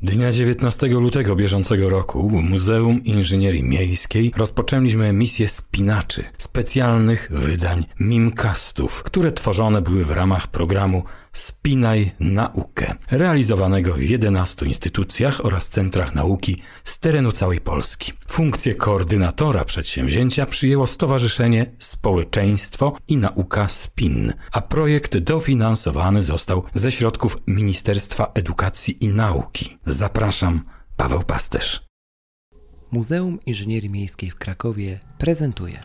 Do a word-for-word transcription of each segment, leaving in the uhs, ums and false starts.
Dnia dziewiętnastego lutego bieżącego roku w Muzeum Inżynierii Miejskiej rozpoczęliśmy emisję spinaczy, specjalnych wydań Mimcastów, które tworzone były w ramach programu Spinaj Naukę, realizowanego w jedenastu instytucjach oraz centrach nauki z terenu całej Polski. Funkcję koordynatora przedsięwzięcia przyjęło Stowarzyszenie Społeczeństwo i Nauka SPIN, a projekt dofinansowany został ze środków Ministerstwa Edukacji i Nauki. Zapraszam, Paweł Pasterz. Muzeum Inżynierii Miejskiej w Krakowie prezentuje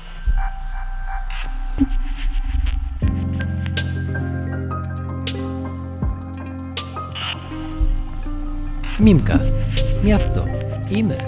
Mimcast. Miasto i my.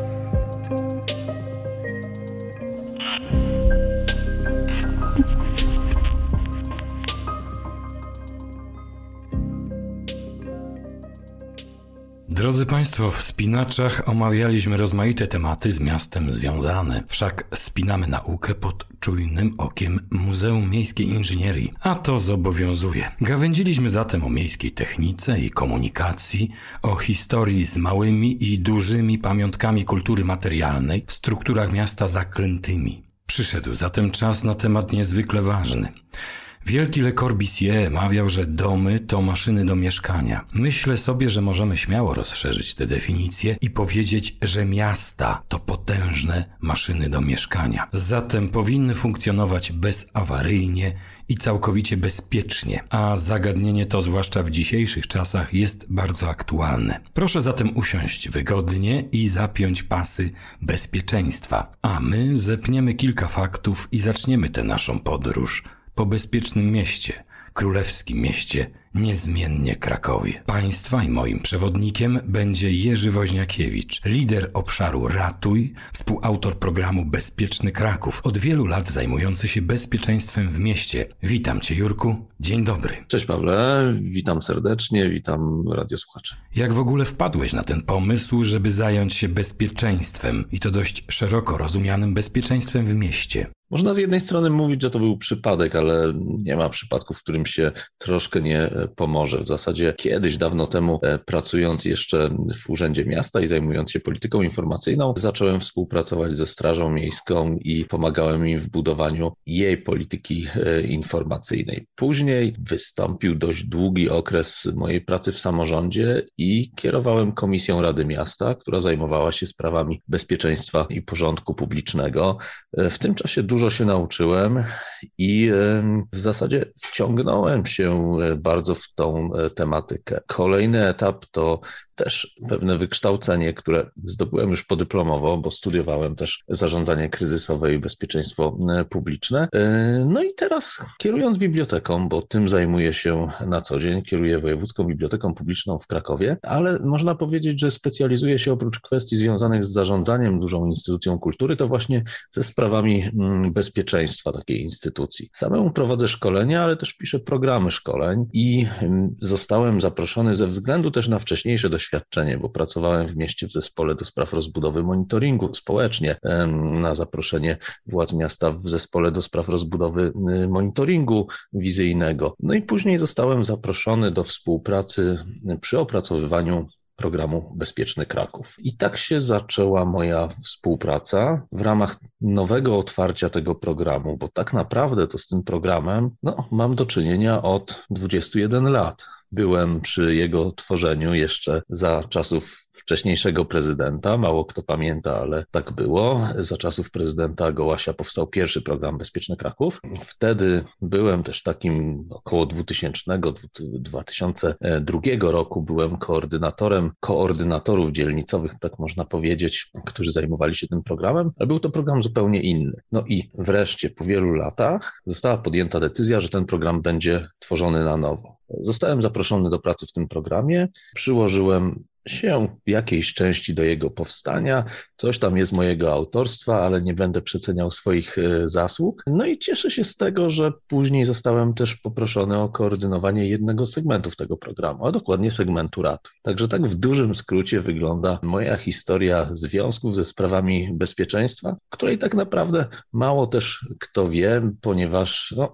Drodzy Państwo, w Spinaczach omawialiśmy rozmaite tematy z miastem związane. Wszak spinamy naukę pod czujnym okiem Muzeum Miejskiej Inżynierii, a to zobowiązuje. Gawędziliśmy zatem o miejskiej technice i komunikacji, o historii z małymi i dużymi pamiątkami kultury materialnej w strukturach miasta zaklętymi. Przyszedł zatem czas na temat niezwykle ważny. Wielki Le Corbusier mawiał, że domy to maszyny do mieszkania. Myślę sobie, że możemy śmiało rozszerzyć tę definicję i powiedzieć, że miasta to potężne maszyny do mieszkania. Zatem powinny funkcjonować bezawaryjnie i całkowicie bezpiecznie, a zagadnienie to zwłaszcza w dzisiejszych czasach jest bardzo aktualne. Proszę zatem usiąść wygodnie i zapiąć pasy bezpieczeństwa, a my zepniemy kilka faktów i zaczniemy tę naszą podróż po bezpiecznym mieście, królewskim mieście, niezmiennie Krakowie. Państwa i moim przewodnikiem będzie Jerzy Woźniakiewicz, lider obszaru Ratuj, współautor programu Bezpieczny Kraków, od wielu lat zajmujący się bezpieczeństwem w mieście. Witam Cię, Jurku, dzień dobry. Cześć Pawle, witam serdecznie, witam radiosłuchaczy. Jak w ogóle wpadłeś na ten pomysł, żeby zająć się bezpieczeństwem i to dość szeroko rozumianym bezpieczeństwem w mieście? Można z jednej strony mówić, że to był przypadek, ale nie ma przypadku, w którym się troszkę nie pomoże. W zasadzie kiedyś, dawno temu, pracując jeszcze w Urzędzie Miasta i zajmując się polityką informacyjną, zacząłem współpracować ze Strażą Miejską i pomagałem im w budowaniu jej polityki informacyjnej. Później wystąpił dość długi okres mojej pracy w samorządzie i kierowałem Komisją Rady Miasta, która zajmowała się sprawami bezpieczeństwa i porządku publicznego. W tym czasie dużo się nauczyłem i w zasadzie wciągnąłem się bardzo w tą tematykę. Kolejny etap to też pewne wykształcenie, które zdobyłem już podyplomowo, bo studiowałem też zarządzanie kryzysowe i bezpieczeństwo publiczne. No i teraz kierując biblioteką, bo tym zajmuję się na co dzień, kieruję Wojewódzką Biblioteką Publiczną w Krakowie, ale można powiedzieć, że specjalizuję się oprócz kwestii związanych z zarządzaniem dużą instytucją kultury, to właśnie ze sprawami bezpieczeństwa takiej instytucji. Samemu prowadzę szkolenia, ale też piszę programy szkoleń i zostałem zaproszony ze względu też na wcześniejsze doświadczenie, bo pracowałem w mieście w zespole do spraw rozbudowy monitoringu społecznie na zaproszenie władz miasta w zespole do spraw rozbudowy monitoringu wizyjnego. No i później zostałem zaproszony do współpracy przy opracowywaniu programu Bezpieczny Kraków. I tak się zaczęła moja współpraca w ramach nowego otwarcia tego programu, bo tak naprawdę to z tym programem no, mam do czynienia od dwudziestu jeden lat. Byłem przy jego tworzeniu jeszcze za czasów wcześniejszego prezydenta, mało kto pamięta, ale tak było. Za czasów prezydenta Gołasia powstał pierwszy program Bezpieczny Kraków. Wtedy byłem też takim około dwutysięcznego do dwa tysiące drugiego roku byłem koordynatorem koordynatorów dzielnicowych, tak można powiedzieć, którzy zajmowali się tym programem, ale był to program zupełnie inny. No i wreszcie po wielu latach została podjęta decyzja, że ten program będzie tworzony na nowo. Zostałem zaproszony do pracy w tym programie, przyłożyłem się w jakiejś części do jego powstania. Coś tam jest mojego autorstwa, ale nie będę przeceniał swoich zasług. No i cieszę się z tego, że później zostałem też poproszony o koordynowanie jednego z segmentów tego programu, a dokładnie segmentu Ratuj. Także tak w dużym skrócie wygląda moja historia związków ze sprawami bezpieczeństwa, której tak naprawdę mało też kto wie, ponieważ no,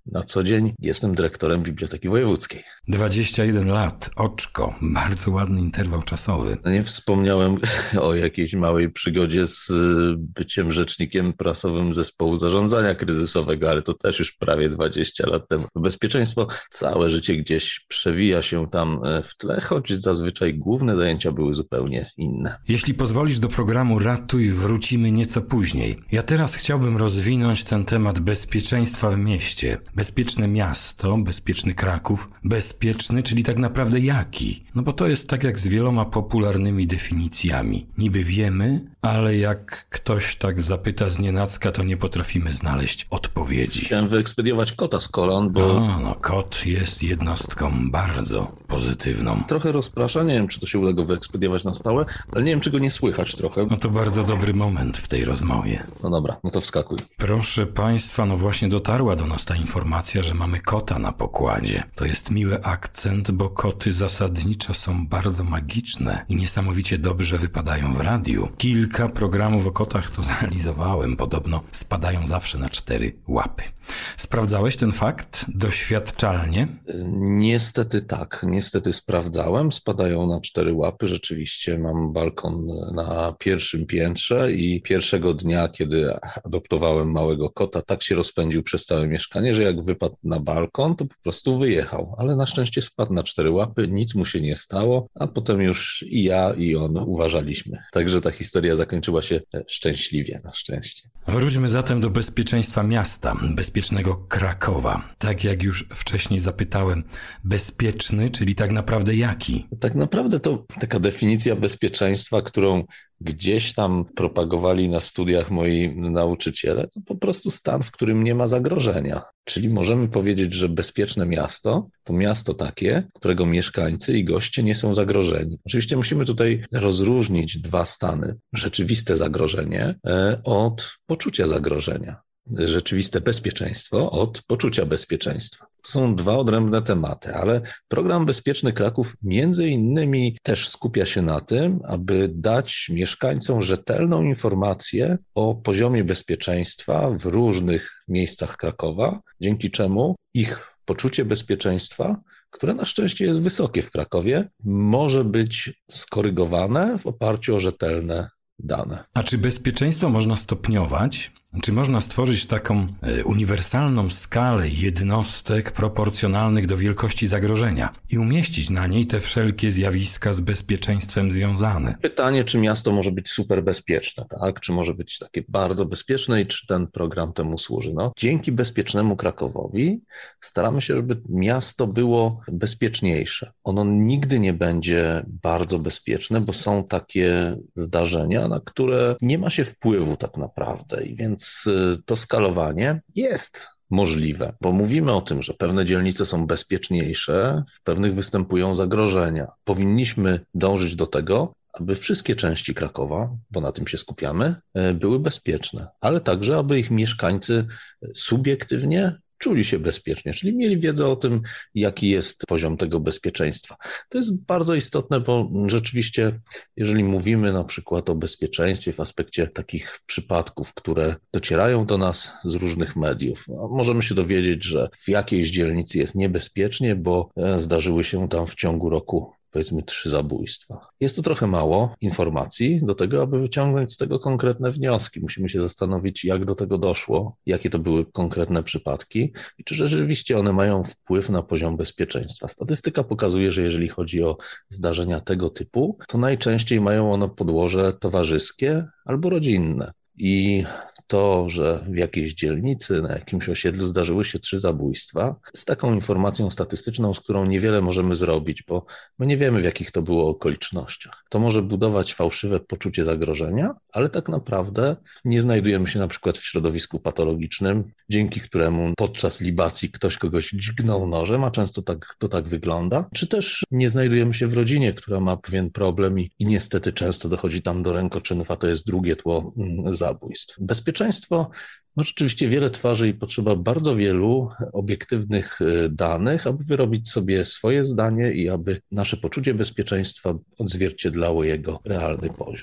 Na co dzień jestem dyrektorem Biblioteki Wojewódzkiej. dwadzieścia jeden lat, oczko, bardzo ładny interwał czasowy. Nie wspomniałem o jakiejś małej przygodzie z byciem rzecznikiem prasowym zespołu zarządzania kryzysowego, ale to też już prawie dwadzieścia lat temu. Bezpieczeństwo całe życie gdzieś przewija się tam w tle, choć zazwyczaj główne zajęcia były zupełnie inne. Jeśli pozwolisz, do programu Ratuj wrócimy nieco później. Ja teraz chciałbym rozwinąć ten temat bezpieczeństwa w mieście. Bezpieczne miasto, bezpieczny Kraków, bezpieczny, czyli tak naprawdę jaki? No bo to jest tak jak z wieloma popularnymi definicjami. Niby wiemy, ale jak ktoś tak zapyta znienacka, to nie potrafimy znaleźć odpowiedzi. Chciałem wyekspediować kota z kolan, bo... O, no kot jest jednostką bardzo pozytywną. Trochę rozprasza, nie wiem, czy to się uda go wyekspediować na stałe, ale nie wiem, czy go nie słychać trochę. No to bardzo dobry moment w tej rozmowie. No dobra, no to wskakuj. Proszę Państwa, no właśnie dotarła do nas ta informacja, że mamy kota na pokładzie. To jest miły akcent, bo koty zasadniczo są bardzo magiczne i niesamowicie dobrze wypadają w radiu. Kilka programów o kotach to zrealizowałem. Podobno spadają zawsze na cztery łapy. Sprawdzałeś ten fakt doświadczalnie? Niestety tak, niestety sprawdzałem. Spadają na cztery łapy. Rzeczywiście mam balkon na pierwszym piętrze i pierwszego dnia, kiedy adoptowałem małego kota, tak się rozpędził przez całe mieszkanie, że jak wypadł na balkon, to po prostu wyjechał. Ale na szczęście spadł na cztery łapy, nic mu się nie stało, a potem już i ja, i on uważaliśmy. Także ta historia zakończyła się szczęśliwie, na szczęście. Wróćmy zatem do bezpieczeństwa miasta, bezpiecznego Krakowa. Tak jak już wcześniej zapytałem, bezpieczny, czyli tak naprawdę jaki? Tak naprawdę to taka definicja bezpieczeństwa, którą gdzieś tam propagowali na studiach moi nauczyciele, to po prostu stan, w którym nie ma zagrożenia. Czyli możemy powiedzieć, że bezpieczne miasto to miasto takie, którego mieszkańcy i goście nie są zagrożeni. Oczywiście musimy tutaj rozróżnić dwa stany. Rzeczywiste zagrożenie od poczucia zagrożenia. Rzeczywiste bezpieczeństwo od poczucia bezpieczeństwa. To są dwa odrębne tematy, ale program Bezpieczny Kraków między innymi też skupia się na tym, aby dać mieszkańcom rzetelną informację o poziomie bezpieczeństwa w różnych miejscach Krakowa, dzięki czemu ich poczucie bezpieczeństwa, które na szczęście jest wysokie w Krakowie, może być skorygowane w oparciu o rzetelne dane. A czy bezpieczeństwo można stopniować? Czy można stworzyć taką e, uniwersalną skalę jednostek proporcjonalnych do wielkości zagrożenia i umieścić na niej te wszelkie zjawiska z bezpieczeństwem związane? Pytanie, czy miasto może być super bezpieczne, tak? Czy może być takie bardzo bezpieczne i czy ten program temu służy? No, dzięki Bezpiecznemu Krakowowi staramy się, żeby miasto było bezpieczniejsze. Ono nigdy nie będzie bardzo bezpieczne, bo są takie zdarzenia, na które nie ma się wpływu tak naprawdę i więc to skalowanie jest możliwe, bo mówimy o tym, że pewne dzielnice są bezpieczniejsze, w pewnych występują zagrożenia. Powinniśmy dążyć do tego, aby wszystkie części Krakowa, bo na tym się skupiamy, były bezpieczne, ale także, aby ich mieszkańcy subiektywnie czuli się bezpiecznie, czyli mieli wiedzę o tym, jaki jest poziom tego bezpieczeństwa. To jest bardzo istotne, bo rzeczywiście, jeżeli mówimy na przykład o bezpieczeństwie w aspekcie takich przypadków, które docierają do nas z różnych mediów, no, możemy się dowiedzieć, że w jakiejś dzielnicy jest niebezpiecznie, bo zdarzyły się tam w ciągu roku powiedzmy trzy zabójstwa. Jest to trochę mało informacji do tego, aby wyciągnąć z tego konkretne wnioski. Musimy się zastanowić, jak do tego doszło, jakie to były konkretne przypadki i czy rzeczywiście one mają wpływ na poziom bezpieczeństwa. Statystyka pokazuje, że jeżeli chodzi o zdarzenia tego typu, to najczęściej mają one podłoże towarzyskie albo rodzinne. I to, że w jakiejś dzielnicy, na jakimś osiedlu zdarzyły się trzy zabójstwa, z taką informacją statystyczną, z którą niewiele możemy zrobić, bo my nie wiemy, w jakich to było okolicznościach. To może budować fałszywe poczucie zagrożenia, ale tak naprawdę nie znajdujemy się na przykład w środowisku patologicznym, dzięki któremu podczas libacji ktoś kogoś dźgnął nożem, a często tak, to tak wygląda, czy też nie znajdujemy się w rodzinie, która ma pewien problem i, i niestety często dochodzi tam do rękoczynów, a to jest drugie tło mm, zabójstw. Bezpieczeństwo ma rzeczywiście wiele twarzy i potrzeba bardzo wielu obiektywnych danych, aby wyrobić sobie swoje zdanie i aby nasze poczucie bezpieczeństwa odzwierciedlało jego realny poziom.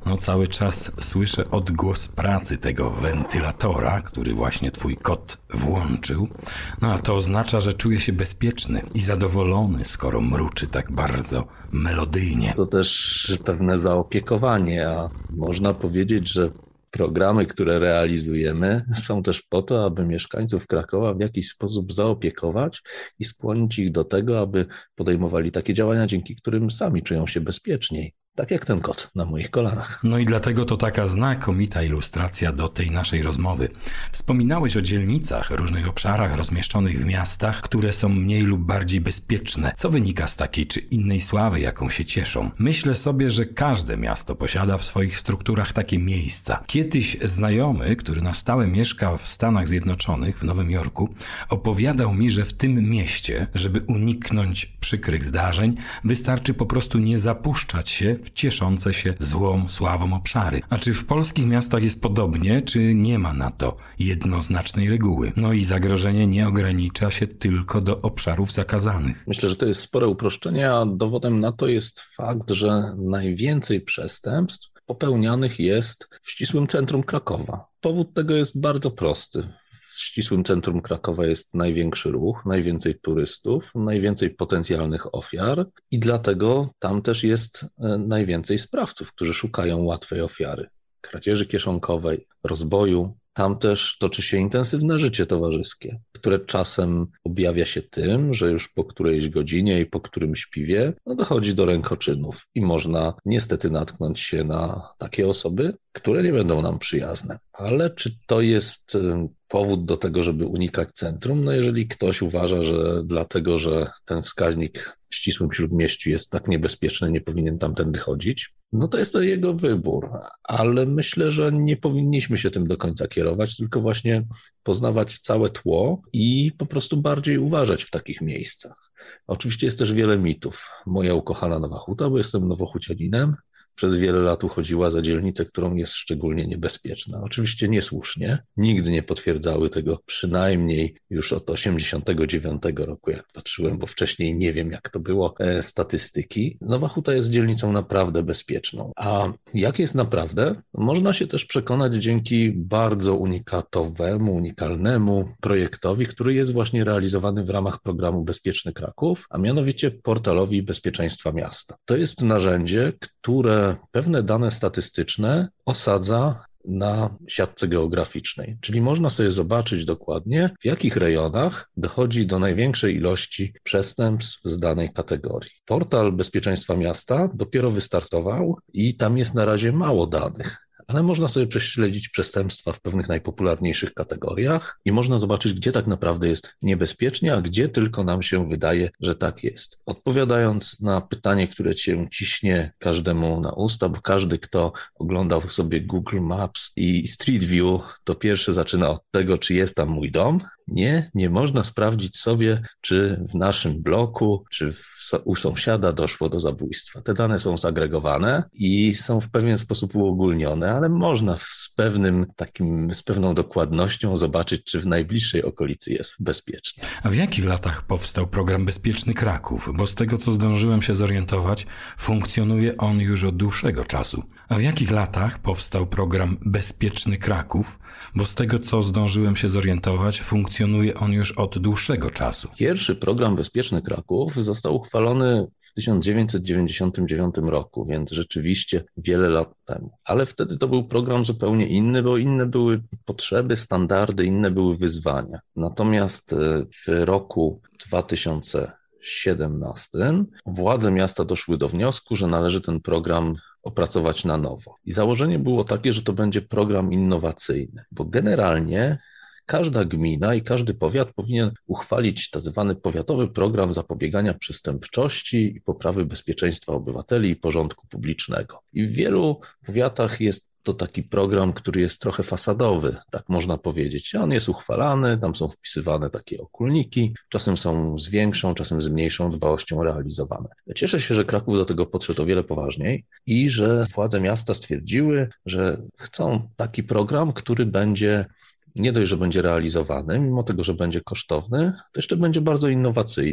No cały czas słyszę odgłos pracy tego wentylatora, który właśnie twój kot włączył. No a to oznacza, że czuję się bezpieczny i zadowolony, skoro mruczy tak bardzo melodyjnie. To też pewne zaopiekowanie, a można powiedzieć, że programy, które realizujemy, są też po to, aby mieszkańców Krakowa w jakiś sposób zaopiekować i skłonić ich do tego, aby podejmowali takie działania, dzięki którym sami czują się bezpieczniej. Tak jak ten kot na moich kolanach. No i dlatego to taka znakomita ilustracja do tej naszej rozmowy. Wspominałeś o dzielnicach, różnych obszarach rozmieszczonych w miastach, które są mniej lub bardziej bezpieczne. Co wynika z takiej czy innej sławy, jaką się cieszą? Myślę sobie, że każde miasto posiada w swoich strukturach takie miejsca. Kiedyś znajomy, który na stałe mieszka w Stanach Zjednoczonych, w Nowym Jorku, opowiadał mi, że w tym mieście, żeby uniknąć przykrych zdarzeń, wystarczy po prostu nie zapuszczać się w cieszące się złą sławą obszary. A czy w polskich miastach jest podobnie, czy nie ma na to jednoznacznej reguły? No i zagrożenie nie ogranicza się tylko do obszarów zakazanych. Myślę, że to jest spore uproszczenie, a dowodem na to jest fakt, że najwięcej przestępstw popełnianych jest w ścisłym centrum Krakowa. Powód tego jest bardzo prosty. W ścisłym centrum Krakowa jest największy ruch, najwięcej turystów, najwięcej potencjalnych ofiar i dlatego tam też jest najwięcej sprawców, którzy szukają łatwej ofiary. Kradzieży kieszonkowej, rozboju. Tam też toczy się intensywne życie towarzyskie, które czasem objawia się tym, że już po którejś godzinie i po którymś piwie no dochodzi do rękoczynów i można niestety natknąć się na takie osoby, które nie będą nam przyjazne. Ale czy to jest powód do tego, żeby unikać centrum? No jeżeli ktoś uważa, że dlatego, że ten wskaźnik w ścisłym śródmieściu jest tak niebezpieczny, nie powinien tamtędy chodzić, no to jest to jego wybór, ale myślę, że nie powinniśmy się tym do końca kierować, tylko właśnie poznawać całe tło i po prostu bardziej uważać w takich miejscach. Oczywiście jest też wiele mitów. Moja ukochana Nowa Huta, bo jestem nowochucianinem, przez wiele lat uchodziła za dzielnicę, którą jest szczególnie niebezpieczna. Oczywiście niesłusznie, nigdy nie potwierdzały tego, przynajmniej już od osiemdziesiątego dziewiątego roku, jak patrzyłem, bo wcześniej nie wiem, jak to było, e, statystyki. Nowa Huta jest dzielnicą naprawdę bezpieczną. A jak jest naprawdę? Można się też przekonać dzięki bardzo unikatowemu, unikalnemu projektowi, który jest właśnie realizowany w ramach programu Bezpieczny Kraków, a mianowicie portalowi Bezpieczeństwa Miasta. To jest narzędzie, które pewne dane statystyczne osadza na siatce geograficznej, czyli można sobie zobaczyć dokładnie, w jakich rejonach dochodzi do największej ilości przestępstw z danej kategorii. Portal Bezpieczeństwa Miasta dopiero wystartował i tam jest na razie mało danych, ale można sobie prześledzić przestępstwa w pewnych najpopularniejszych kategoriach i można zobaczyć, gdzie tak naprawdę jest niebezpiecznie, a gdzie tylko nam się wydaje, że tak jest. Odpowiadając na pytanie, które cię ciśnie każdemu na usta, bo każdy, kto oglądał sobie Google Maps i Street View, to pierwszy zaczyna od tego, czy jest tam mój dom. Nie, nie można sprawdzić sobie, czy w naszym bloku, czy w, u sąsiada doszło do zabójstwa. Te dane są zagregowane i są w pewien sposób uogólnione, ale można z pewnym takim, z pewną dokładnością zobaczyć, czy w najbliższej okolicy jest bezpiecznie. A w jakich latach powstał program Bezpieczny Kraków? Bo z tego, co zdążyłem się zorientować, funkcjonuje on już od dłuższego czasu. A w jakich latach powstał program Bezpieczny Kraków? Bo z tego, co zdążyłem się zorientować, funkcjonuje on już od dłuższego czasu. Pierwszy program Bezpieczny Kraków został uchwalony w tysiąc dziewięćset dziewięćdziesiątym dziewiątym roku, więc rzeczywiście wiele lat temu. Ale wtedy to był program zupełnie inny, bo inne były potrzeby, standardy, inne były wyzwania. Natomiast w roku dwa tysiące siedemnastym władze miasta doszły do wniosku, że należy ten program opracować na nowo. I założenie było takie, że to będzie program innowacyjny, bo generalnie każda gmina i każdy powiat powinien uchwalić tak zwany powiatowy program zapobiegania przestępczości i poprawy bezpieczeństwa obywateli i porządku publicznego. I w wielu powiatach jest to taki program, który jest trochę fasadowy, tak można powiedzieć. On jest uchwalany, tam są wpisywane takie okulniki, czasem są z większą, czasem z mniejszą dbałością realizowane. Cieszę się, że Kraków do tego podszedł o wiele poważniej i że władze miasta stwierdziły, że chcą taki program, który będzie nie dość, że będzie realizowany, mimo tego, że będzie kosztowny, to jeszcze będzie bardzo innowacyjny.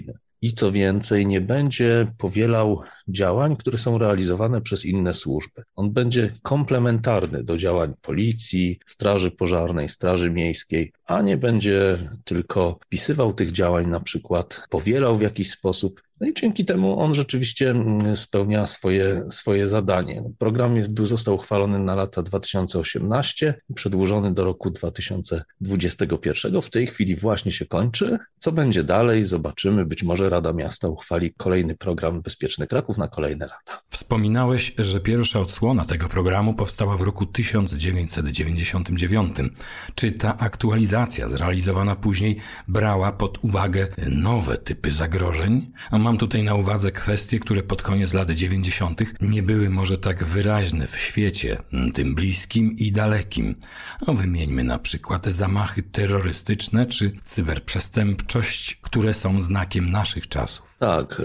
i co więcej, nie będzie powielał działań, które są realizowane przez inne służby. On będzie komplementarny do działań policji, straży pożarnej, straży miejskiej, a nie będzie tylko wpisywał tych działań, na przykład powielał w jakiś sposób. No i dzięki temu on rzeczywiście spełnia swoje, swoje zadanie. Program był, został uchwalony na lata dwa tysiące osiemnasty, przedłużony do roku dwa tysiące dwudziestego pierwszego. W tej chwili właśnie się kończy. Co będzie dalej? Zobaczymy. Być może Rada Miasta uchwali kolejny program Bezpieczny Kraków na kolejne lata. Wspominałeś, że pierwsza odsłona tego programu powstała w roku tysiąc dziewięćset dziewięćdziesiątym dziewiątym. Czy ta aktualizacja zrealizowana później brała pod uwagę nowe typy zagrożeń? A mam tutaj na uwadze kwestie, które pod koniec lat dziewięćdziesiątych nie były może tak wyraźne w świecie, tym bliskim i dalekim. No, wymieńmy na przykład zamachy terrorystyczne czy cyberprzestępczość, które są znakiem naszych czasów. Tak,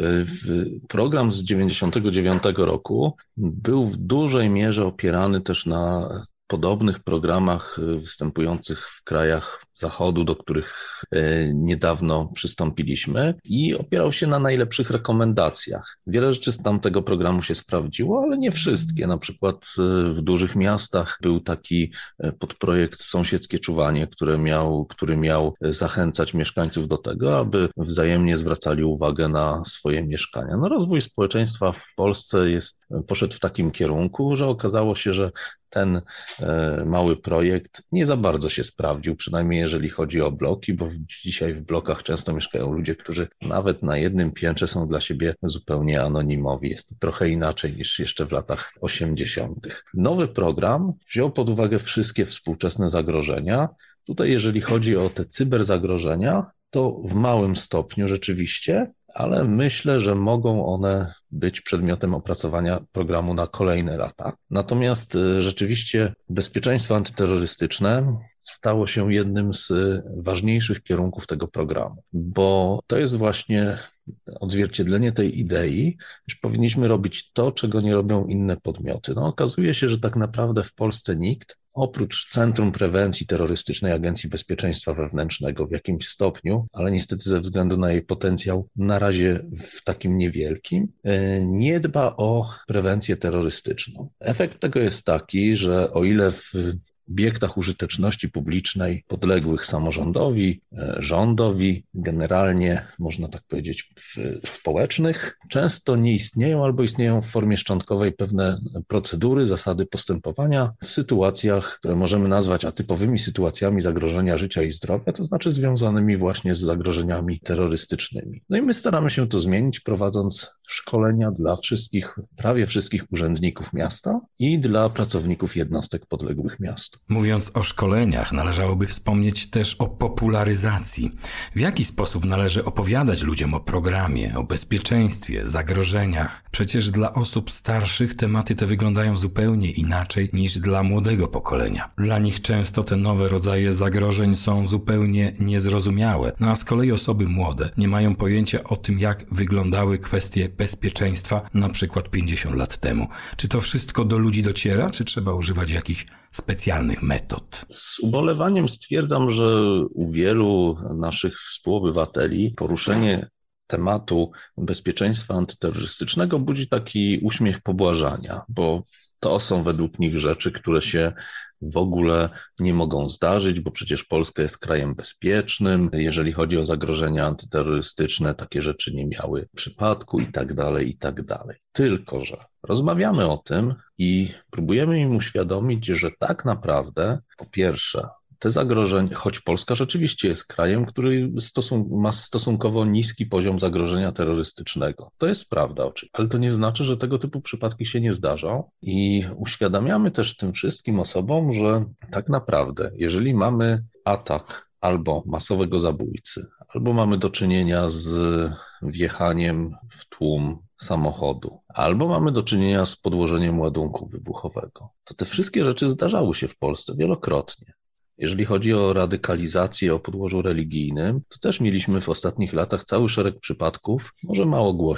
program z dziewięćdziesiątego dziewiątego roku był w dużej mierze opierany też na podobnych programach występujących w krajach Zachodu, do których niedawno przystąpiliśmy i opierał się na najlepszych rekomendacjach. Wiele rzeczy z tamtego programu się sprawdziło, ale nie wszystkie. Na przykład w dużych miastach był taki podprojekt Sąsiedzkie Czuwanie, który miał, który miał zachęcać mieszkańców do tego, aby wzajemnie zwracali uwagę na swoje mieszkania. No, rozwój społeczeństwa w Polsce jest, poszedł w takim kierunku, że okazało się, że ten mały projekt nie za bardzo się sprawdził, przynajmniej jeżeli chodzi o bloki, bo dzisiaj w blokach często mieszkają ludzie, którzy nawet na jednym piętrze są dla siebie zupełnie anonimowi. Jest to trochę inaczej niż jeszcze w latach osiemdziesiątych. Nowy program wziął pod uwagę wszystkie współczesne zagrożenia. Tutaj jeżeli chodzi o te cyberzagrożenia, to w małym stopniu rzeczywiście, ale myślę, że mogą one być przedmiotem opracowania programu na kolejne lata. Natomiast rzeczywiście bezpieczeństwo antyterrorystyczne stało się jednym z ważniejszych kierunków tego programu, bo to jest właśnie odzwierciedlenie tej idei, że powinniśmy robić to, czego nie robią inne podmioty. No, okazuje się, że tak naprawdę w Polsce nikt, oprócz Centrum Prewencji Terrorystycznej Agencji Bezpieczeństwa Wewnętrznego w jakimś stopniu, ale niestety ze względu na jej potencjał na razie w takim niewielkim, nie dba o prewencję terrorystyczną. Efekt tego jest taki, że o ile w obiektach użyteczności publicznej podległych samorządowi, rządowi, generalnie można tak powiedzieć społecznych, często nie istnieją albo istnieją w formie szczątkowej pewne procedury, zasady postępowania w sytuacjach, które możemy nazwać atypowymi sytuacjami zagrożenia życia i zdrowia, to znaczy związanymi właśnie z zagrożeniami terrorystycznymi. No i my staramy się to zmienić, prowadząc szkolenia dla wszystkich, prawie wszystkich urzędników miasta i dla pracowników jednostek podległych miastu. Mówiąc o szkoleniach, należałoby wspomnieć też o popularyzacji. W jaki sposób należy opowiadać ludziom o programie, o bezpieczeństwie, zagrożeniach? Przecież dla osób starszych tematy te wyglądają zupełnie inaczej niż dla młodego pokolenia. Dla nich często te nowe rodzaje zagrożeń są zupełnie niezrozumiałe, no a z kolei osoby młode nie mają pojęcia o tym, jak wyglądały kwestie bezpieczeństwa na przykład pięćdziesiąt lat temu. Czy to wszystko do ludzi dociera, czy trzeba używać jakichś specjalnych metod? Z ubolewaniem stwierdzam, że u wielu naszych współobywateli poruszenie tematu bezpieczeństwa antyterrorystycznego budzi taki uśmiech pobłażania, bo to są według nich rzeczy, które się w ogóle nie mogą zdarzyć, bo przecież Polska jest krajem bezpiecznym. Jeżeli chodzi o zagrożenia antyterrorystyczne, takie rzeczy nie miały przypadku i tak dalej, i tak dalej. Tylko że rozmawiamy o tym i próbujemy im uświadomić, że tak naprawdę, po pierwsze, te zagrożenia, choć Polska rzeczywiście jest krajem, który stosun- ma stosunkowo niski poziom zagrożenia terrorystycznego. To jest prawda oczywiście, ale to nie znaczy, że tego typu przypadki się nie zdarzą i uświadamiamy też tym wszystkim osobom, że tak naprawdę, jeżeli mamy atak albo masowego zabójcy, albo mamy do czynienia z wjechaniem w tłum samochodu, albo mamy do czynienia z podłożeniem ładunku wybuchowego, to te wszystkie rzeczy zdarzały się w Polsce wielokrotnie. Jeżeli chodzi o radykalizację o podłożu religijnym, to też mieliśmy w ostatnich latach cały szereg przypadków, może mało głośnych,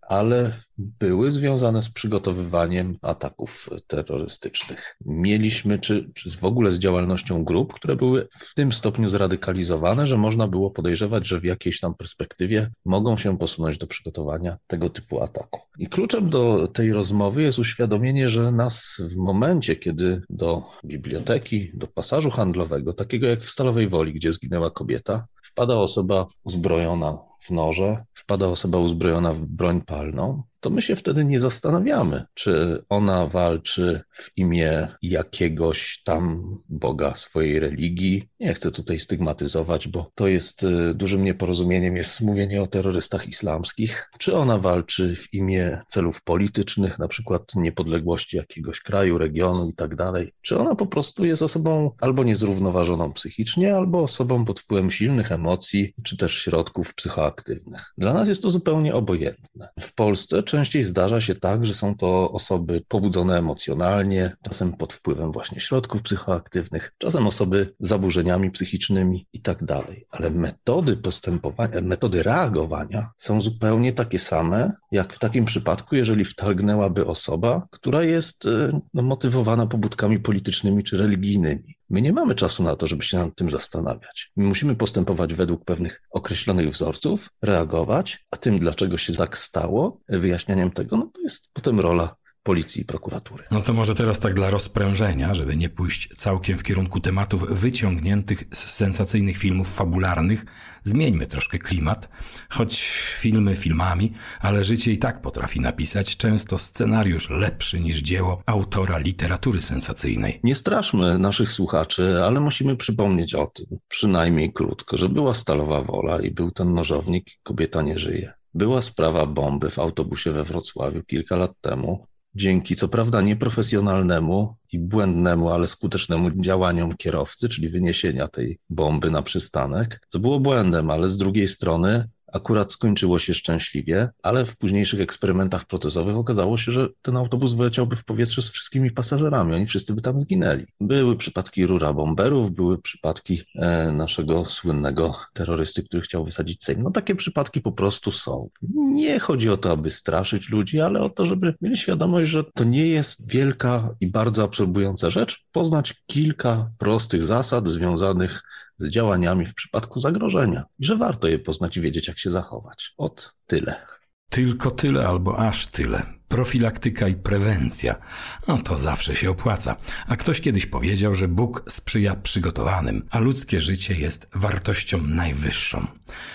ale były związane z przygotowywaniem ataków terrorystycznych. Mieliśmy, czy, czy w ogóle z działalnością grup, które były w tym stopniu zradykalizowane, że można było podejrzewać, że w jakiejś tam perspektywie mogą się posunąć do przygotowania tego typu ataku. I kluczem do tej rozmowy jest uświadomienie, że nas w momencie, kiedy do biblioteki, do pasażu handlowego, takiego jak w Stalowej Woli, gdzie zginęła kobieta, wpada osoba uzbrojona w noże, wpada osoba uzbrojona w broń palną, to my się wtedy nie zastanawiamy, czy ona walczy w imię jakiegoś tam Boga swojej religii. Nie chcę tutaj stygmatyzować, bo to jest dużym nieporozumieniem, jest mówienie o terrorystach islamskich. Czy ona walczy w imię celów politycznych, na przykład niepodległości jakiegoś kraju, regionu i tak dalej. Czy ona po prostu jest osobą albo niezrównoważoną psychicznie, albo osobą pod wpływem silnych emocji, czy też środków psychoaktywnych. Dla nas jest to zupełnie obojętne. W Polsce częściej zdarza się tak, że są to osoby pobudzone emocjonalnie, czasem pod wpływem właśnie środków psychoaktywnych, czasem osoby z zaburzeniami psychicznymi i tak dalej. Ale metody postępowania, metody reagowania są zupełnie takie same, jak w takim przypadku, jeżeli wtargnęłaby osoba, która jest no, motywowana pobudkami politycznymi czy religijnymi. My nie mamy czasu na to, żeby się nad tym zastanawiać. My musimy postępować według pewnych określonych wzorców, reagować, a tym, dlaczego się tak stało, wyjaśnianiem tego, no to jest potem rola policji i prokuratury. No to może teraz tak dla rozprężenia, żeby nie pójść całkiem w kierunku tematów wyciągniętych z sensacyjnych filmów fabularnych, zmieńmy troszkę klimat, choć filmy filmami, ale życie i tak potrafi napisać często scenariusz lepszy niż dzieło autora literatury sensacyjnej. Nie straszmy naszych słuchaczy, ale musimy przypomnieć o tym, przynajmniej krótko, że była Stalowa Wola i był ten nożownik, kobieta nie żyje. Była sprawa bomby w autobusie we Wrocławiu kilka lat temu. Dzięki co prawda nieprofesjonalnemu i błędnemu, ale skutecznemu działaniom kierowcy, czyli wyniesienia tej bomby na przystanek, co było błędem, ale z drugiej strony akurat skończyło się szczęśliwie, ale w późniejszych eksperymentach procesowych okazało się, że ten autobus wyleciałby w powietrze z wszystkimi pasażerami, oni wszyscy by tam zginęli. Były przypadki rura bomberów, były przypadki e, naszego słynnego terrorysty, który chciał wysadzić Sejm. No takie przypadki po prostu są. Nie chodzi o to, aby straszyć ludzi, ale o to, żeby mieli świadomość, że to nie jest wielka i bardzo absorbująca rzecz, poznać kilka prostych zasad związanych z działaniami w przypadku zagrożenia i że warto je poznać i wiedzieć, jak się zachować. Ot tyle. Tylko tyle albo aż tyle. Profilaktyka i prewencja. No to zawsze się opłaca. A ktoś kiedyś powiedział, że Bóg sprzyja przygotowanym, a ludzkie życie jest wartością najwyższą.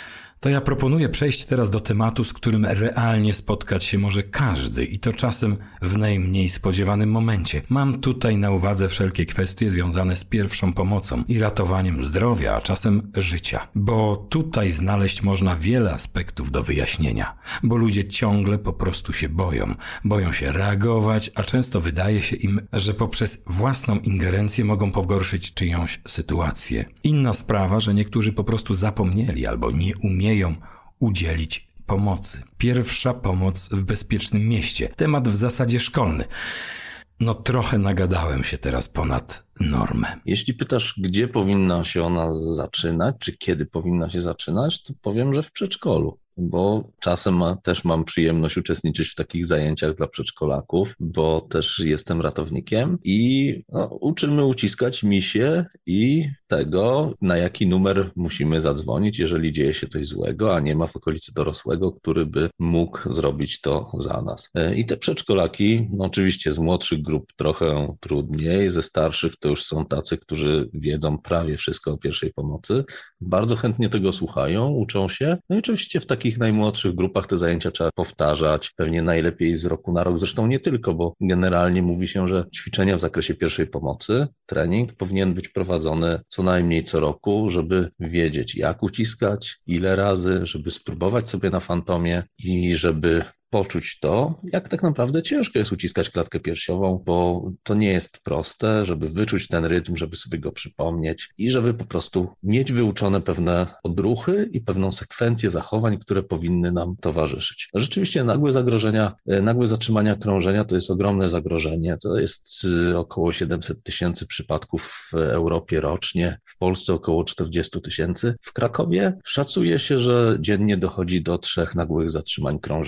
To ja proponuję przejść teraz do tematu, z którym realnie spotkać się może każdy i to czasem w najmniej spodziewanym momencie. Mam tutaj na uwadze wszelkie kwestie związane z pierwszą pomocą i ratowaniem zdrowia, a czasem życia. Bo tutaj znaleźć można wiele aspektów do wyjaśnienia. Bo ludzie ciągle po prostu się boją. Boją się reagować, a często wydaje się im, że poprzez własną ingerencję mogą pogorszyć czyjąś sytuację. Inna sprawa, że niektórzy po prostu zapomnieli albo nie umieją udzielić pomocy. Pierwsza pomoc w bezpiecznym mieście. Temat w zasadzie szkolny. No trochę nagadałem się teraz ponad normę. Jeśli pytasz, gdzie powinna się ona zaczynać, czy kiedy powinna się zaczynać, to powiem, że w przedszkolu. Bo czasem ma, też mam przyjemność uczestniczyć w takich zajęciach dla przedszkolaków, bo też jestem ratownikiem i no, uczymy uciskać misie i tego, na jaki numer musimy zadzwonić, jeżeli dzieje się coś złego, a nie ma w okolicy dorosłego, który by mógł zrobić to za nas. I te przedszkolaki, no oczywiście z młodszych grup trochę trudniej, ze starszych to już są tacy, którzy wiedzą prawie wszystko o pierwszej pomocy, bardzo chętnie tego słuchają, uczą się, no i oczywiście w takich W takich najmłodszych grupach te zajęcia trzeba powtarzać, pewnie najlepiej z roku na rok, zresztą nie tylko, bo generalnie mówi się, że ćwiczenia w zakresie pierwszej pomocy, trening powinien być prowadzony co najmniej co roku, żeby wiedzieć, jak uciskać, ile razy, żeby spróbować sobie na fantomie i żeby poczuć to, jak tak naprawdę ciężko jest uciskać klatkę piersiową, bo to nie jest proste, żeby wyczuć ten rytm, żeby sobie go przypomnieć i żeby po prostu mieć wyuczone pewne odruchy i pewną sekwencję zachowań, które powinny nam towarzyszyć. Rzeczywiście nagłe zagrożenia, nagłe zatrzymania krążenia to jest ogromne zagrożenie. To jest około siedemset tysięcy przypadków w Europie rocznie, w Polsce około czterdzieści tysięcy. W Krakowie szacuje się, że dziennie dochodzi do trzech nagłych zatrzymań krążenia, więc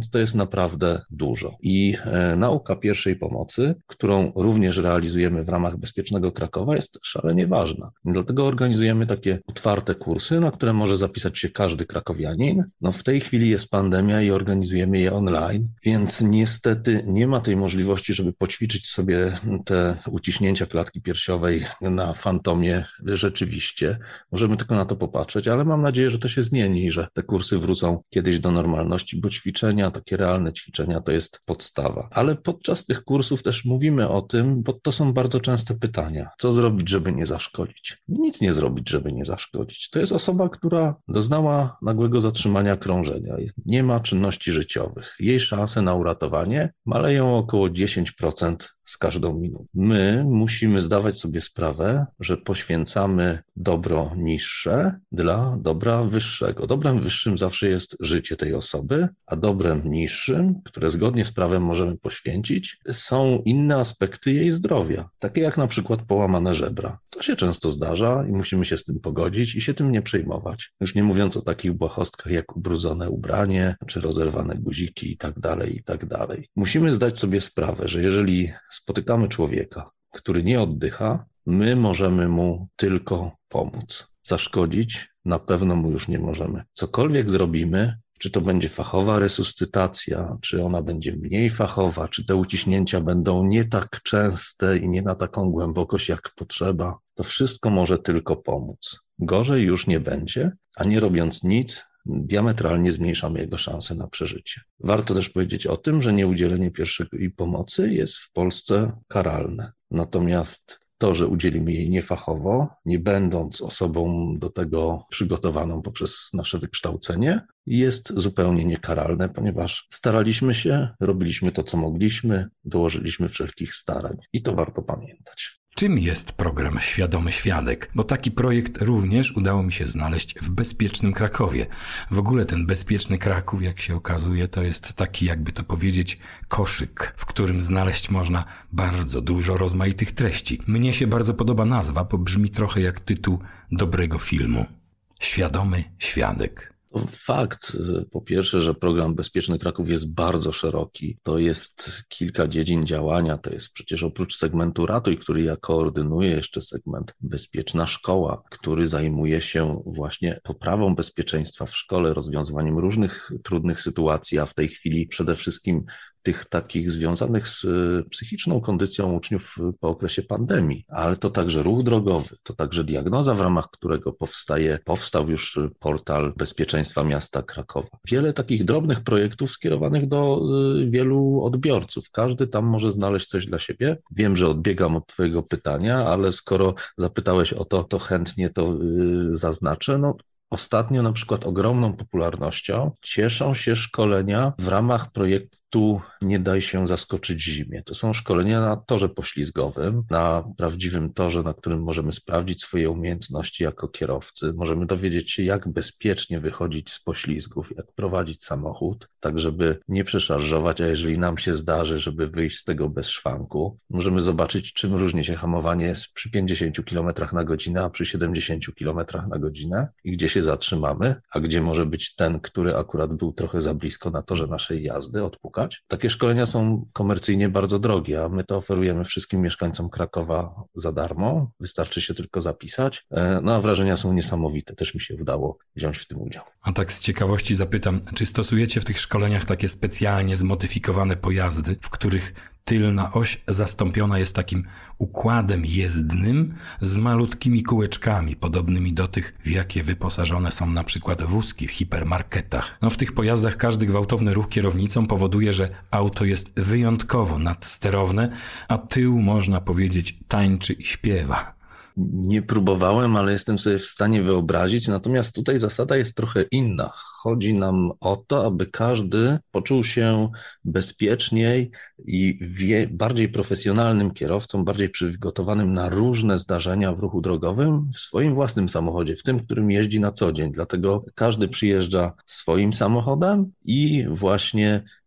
więc to jest naprawdę dużo. I e, nauka pierwszej pomocy, którą również realizujemy w ramach Bezpiecznego Krakowa, jest szalenie ważna. Dlatego organizujemy takie otwarte kursy, na które może zapisać się każdy krakowianin. No w tej chwili jest pandemia i organizujemy je online, więc niestety nie ma tej możliwości, żeby poćwiczyć sobie te uciśnięcia klatki piersiowej na fantomie rzeczywiście. Możemy tylko na to popatrzeć, ale mam nadzieję, że to się zmieni i że te kursy wrócą kiedyś do normalności, bo ćwiczenia, takie realne ćwiczenia to jest podstawa. Ale podczas tych kursów też mówimy o tym, bo to są bardzo częste pytania. Co zrobić, żeby nie zaszkodzić? Nic nie zrobić, żeby nie zaszkodzić. To jest osoba, która doznała nagłego zatrzymania krążenia. Nie ma czynności życiowych. Jej szanse na uratowanie maleją około dziesięć procent z każdą minutą. My musimy zdawać sobie sprawę, że poświęcamy dobro niższe dla dobra wyższego. Dobrem wyższym zawsze jest życie tej osoby, a dobrem niższym, które zgodnie z prawem możemy poświęcić, są inne aspekty jej zdrowia, takie jak na przykład połamane żebra. To się często zdarza i musimy się z tym pogodzić i się tym nie przejmować. Już nie mówiąc o takich błahostkach jak ubrudzone ubranie, czy rozerwane guziki i tak dalej, i tak dalej. Musimy zdać sobie sprawę, że jeżeli spotykamy człowieka, który nie oddycha, my możemy mu tylko pomóc. Zaszkodzić na pewno mu już nie możemy. Cokolwiek zrobimy, czy to będzie fachowa resuscytacja, czy ona będzie mniej fachowa, czy te uciśnięcia będą nie tak częste i nie na taką głębokość jak potrzeba, to wszystko może tylko pomóc. Gorzej już nie będzie, a nie robiąc nic, diametralnie zmniejszamy jego szanse na przeżycie. Warto też powiedzieć o tym, że nieudzielenie pierwszej pomocy jest w Polsce karalne. Natomiast to, że udzielimy jej niefachowo, nie będąc osobą do tego przygotowaną poprzez nasze wykształcenie, jest zupełnie niekaralne, ponieważ staraliśmy się, robiliśmy to, co mogliśmy, dołożyliśmy wszelkich starań i to warto pamiętać. Czym jest program Świadomy Świadek? Bo taki projekt również udało mi się znaleźć w Bezpiecznym Krakowie. W ogóle ten Bezpieczny Kraków, jak się okazuje, to jest taki, jakby to powiedzieć, koszyk, w którym znaleźć można bardzo dużo rozmaitych treści. Mnie się bardzo podoba nazwa, bo brzmi trochę jak tytuł dobrego filmu. Świadomy Świadek. Fakt, po pierwsze, że program Bezpieczny Kraków jest bardzo szeroki. To jest kilka dziedzin działania. To jest przecież oprócz segmentu Ratuj, który ja koordynuję, jeszcze segment Bezpieczna Szkoła, który zajmuje się właśnie poprawą bezpieczeństwa w szkole, rozwiązywaniem różnych trudnych sytuacji, a w tej chwili przede wszystkim tych takich związanych z psychiczną kondycją uczniów po okresie pandemii, ale to także ruch drogowy, to także diagnoza, w ramach którego powstaje, powstał już portal bezpieczeństwa miasta Krakowa. Wiele takich drobnych projektów skierowanych do wielu odbiorców. Każdy tam może znaleźć coś dla siebie. Wiem, że odbiegam od twojego pytania, ale skoro zapytałeś o to, to chętnie to zaznaczę. No, ostatnio na przykład ogromną popularnością cieszą się szkolenia w ramach projektu Nie daj się zaskoczyć zimie. To są szkolenia na torze poślizgowym, na prawdziwym torze, na którym możemy sprawdzić swoje umiejętności jako kierowcy. Możemy dowiedzieć się, jak bezpiecznie wychodzić z poślizgów, jak prowadzić samochód, tak żeby nie przeszarżować, a jeżeli nam się zdarzy, żeby wyjść z tego bez szwanku. Możemy zobaczyć, czym różni się hamowanie przy pięćdziesięciu kilometrach na godzinę, a przy siedemdziesięciu kilometrach na godzinę i gdzie się zatrzymamy, a gdzie może być ten, który akurat był trochę za blisko na torze naszej jazdy, odpukać. Takie szkolenia są komercyjnie bardzo drogie, a my to oferujemy wszystkim mieszkańcom Krakowa za darmo. Wystarczy się tylko zapisać. No a wrażenia są niesamowite. Też mi się udało wziąć w tym udział. A tak z ciekawości zapytam, czy stosujecie w tych szkoleniach takie specjalnie zmodyfikowane pojazdy, w których tylna oś zastąpiona jest takim układem jezdnym z malutkimi kółeczkami, podobnymi do tych, w jakie wyposażone są na przykład wózki w hipermarketach. No w tych pojazdach każdy gwałtowny ruch kierownicą powoduje, że auto jest wyjątkowo nadsterowne, a tył, można powiedzieć, tańczy i śpiewa. Nie próbowałem, ale jestem sobie w stanie wyobrazić, natomiast tutaj zasada jest trochę inna. Chodzi nam o to, aby każdy poczuł się bezpieczniej i wie, bardziej profesjonalnym kierowcą, bardziej przygotowanym na różne zdarzenia w ruchu drogowym w swoim własnym samochodzie, w tym, którym jeździ na co dzień. Dlatego każdy przyjeżdża swoim samochodem i właśnie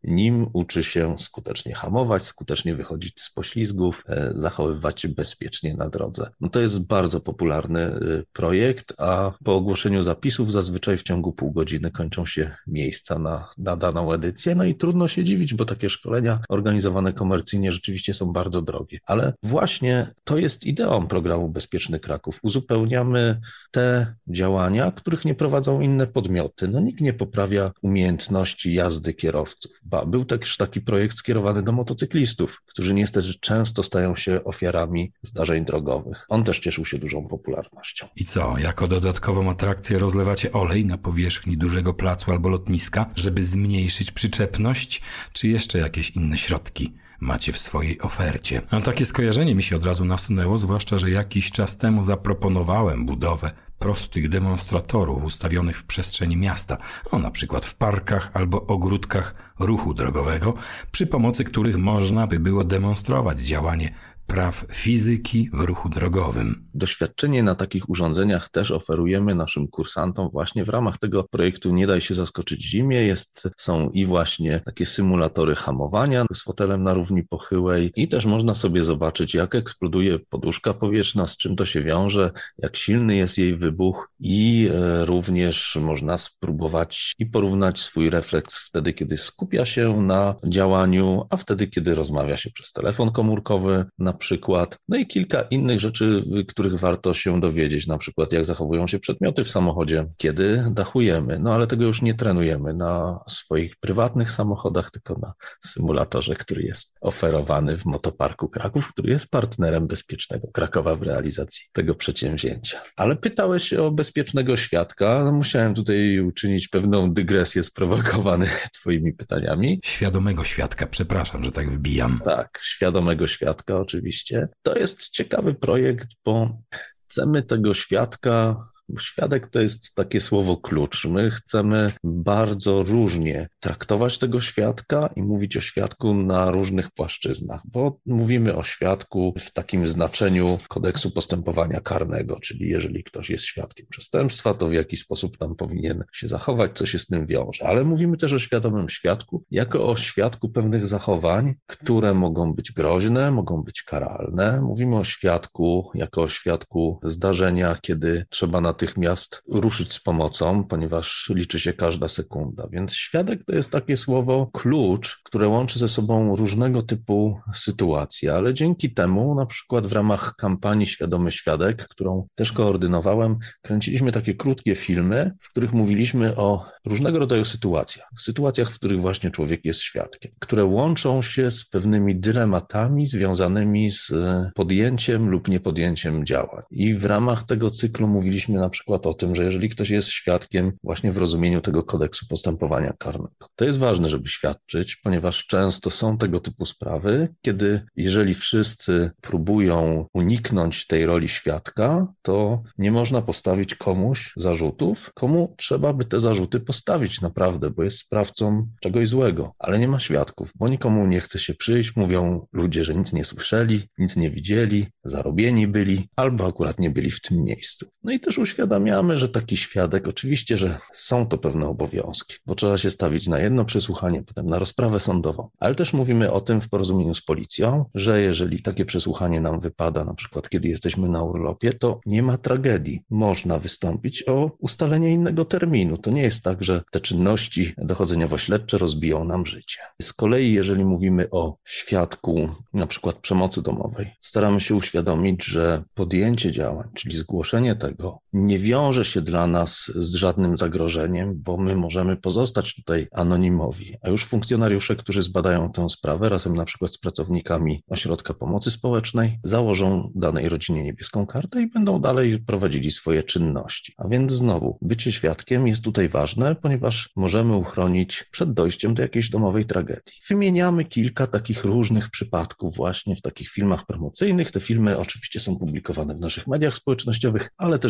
nim uczy się skutecznie hamować, skutecznie wychodzić z poślizgów, zachowywać się bezpiecznie na drodze. No to jest bardzo popularny projekt, a po ogłoszeniu zapisów zazwyczaj w ciągu pół godziny kończą się miejsca na, na daną edycję, no i trudno się dziwić, bo takie szkolenia organizowane komercyjnie rzeczywiście są bardzo drogie. Ale właśnie to jest ideą programu Bezpieczny Kraków. Uzupełniamy te działania, których nie prowadzą inne podmioty. No nikt nie poprawia umiejętności jazdy kierowców. Ba, był też taki projekt skierowany do motocyklistów, którzy niestety często stają się ofiarami zdarzeń drogowych. On też cieszył się dużą popularnością. I co, jako dodatkową atrakcję rozlewacie olej na powierzchni dużego placu albo lotniska, żeby zmniejszyć przyczepność, czy jeszcze jakieś inne środki macie w swojej ofercie? A takie skojarzenie mi się od razu nasunęło, zwłaszcza, że jakiś czas temu zaproponowałem budowę prostych demonstratorów ustawionych w przestrzeni miasta, o na przykład w parkach albo ogródkach ruchu drogowego, przy pomocy których można by było demonstrować działanie praw fizyki w ruchu drogowym. Doświadczenie na takich urządzeniach też oferujemy naszym kursantom właśnie w ramach tego projektu Nie daj się zaskoczyć zimie. Jest, są i właśnie takie symulatory hamowania z fotelem na równi pochyłej i też można sobie zobaczyć, jak eksploduje poduszka powietrzna, z czym to się wiąże, jak silny jest jej wybuch i e, również można spróbować i porównać swój refleks wtedy, kiedy skupia się na działaniu, a wtedy, kiedy rozmawia się przez telefon komórkowy na przykład. No i kilka innych rzeczy, których warto się dowiedzieć, na przykład jak zachowują się przedmioty w samochodzie, kiedy dachujemy. No ale tego już nie trenujemy na swoich prywatnych samochodach, tylko na symulatorze, który jest oferowany w Motoparku Kraków, który jest partnerem Bezpiecznego Krakowa w realizacji tego przedsięwzięcia. Ale pytałeś o bezpiecznego świadka. No, musiałem tutaj uczynić pewną dygresję sprowokowany twoimi pytaniami. Świadomego świadka, przepraszam, że tak wbijam. Tak, świadomego świadka oczywiście. To jest ciekawy projekt, bo chcemy tego świadka, bo świadek to jest takie słowo klucz. My chcemy bardzo różnie traktować tego świadka i mówić o świadku na różnych płaszczyznach, bo mówimy o świadku w takim znaczeniu kodeksu postępowania karnego, czyli jeżeli ktoś jest świadkiem przestępstwa, to w jaki sposób tam powinien się zachować, co się z tym wiąże. Ale mówimy też o świadomym świadku, jako o świadku pewnych zachowań, które mogą być groźne, mogą być karalne. Mówimy o świadku jako o świadku zdarzenia, kiedy trzeba na natychmiast ruszyć z pomocą, ponieważ liczy się każda sekunda. Więc świadek to jest takie słowo klucz, które łączy ze sobą różnego typu sytuacje, ale dzięki temu na przykład w ramach kampanii Świadomy Świadek, którą też koordynowałem, kręciliśmy takie krótkie filmy, w których mówiliśmy o różnego rodzaju sytuacjach. Sytuacjach, w których właśnie człowiek jest świadkiem, które łączą się z pewnymi dylematami związanymi z podjęciem lub niepodjęciem działań. I w ramach tego cyklu mówiliśmy na przykład o tym, że jeżeli ktoś jest świadkiem właśnie w rozumieniu tego kodeksu postępowania karnego, to jest ważne, żeby świadczyć, ponieważ często są tego typu sprawy, kiedy jeżeli wszyscy próbują uniknąć tej roli świadka, to nie można postawić komuś zarzutów, komu trzeba by te zarzuty postawić naprawdę, bo jest sprawcą czegoś złego, ale nie ma świadków, bo nikomu nie chce się przyjść, mówią ludzie, że nic nie słyszeli, nic nie widzieli, zarobieni byli, albo akurat nie byli w tym miejscu. No i też uświadamiamy, że taki świadek, oczywiście, że są to pewne obowiązki, bo trzeba się stawić na jedno przesłuchanie, potem na rozprawę sądową, ale też mówimy o tym w porozumieniu z policją, że jeżeli takie przesłuchanie nam wypada, na przykład kiedy jesteśmy na urlopie, to nie ma tragedii. Można wystąpić o ustalenie innego terminu. To nie jest tak, że te czynności dochodzeniowo-śledcze rozbiją nam życie. Z kolei, jeżeli mówimy o świadku na przykład przemocy domowej, staramy się uświadomić, że podjęcie działań, czyli zgłoszenie tego, nie wiąże się dla nas z żadnym zagrożeniem, bo my możemy pozostać tutaj anonimowi, a już funkcjonariusze, którzy zbadają tę sprawę razem na przykład z pracownikami Ośrodka Pomocy Społecznej, założą danej rodzinie niebieską kartę i będą dalej prowadzili swoje czynności. A więc znowu, bycie świadkiem jest tutaj ważne, ponieważ możemy uchronić przed dojściem do jakiejś domowej tragedii. Wymieniamy kilka takich różnych przypadków właśnie w takich filmach promocyjnych. Te filmy oczywiście są publikowane w naszych mediach społecznościowych, ale też założenie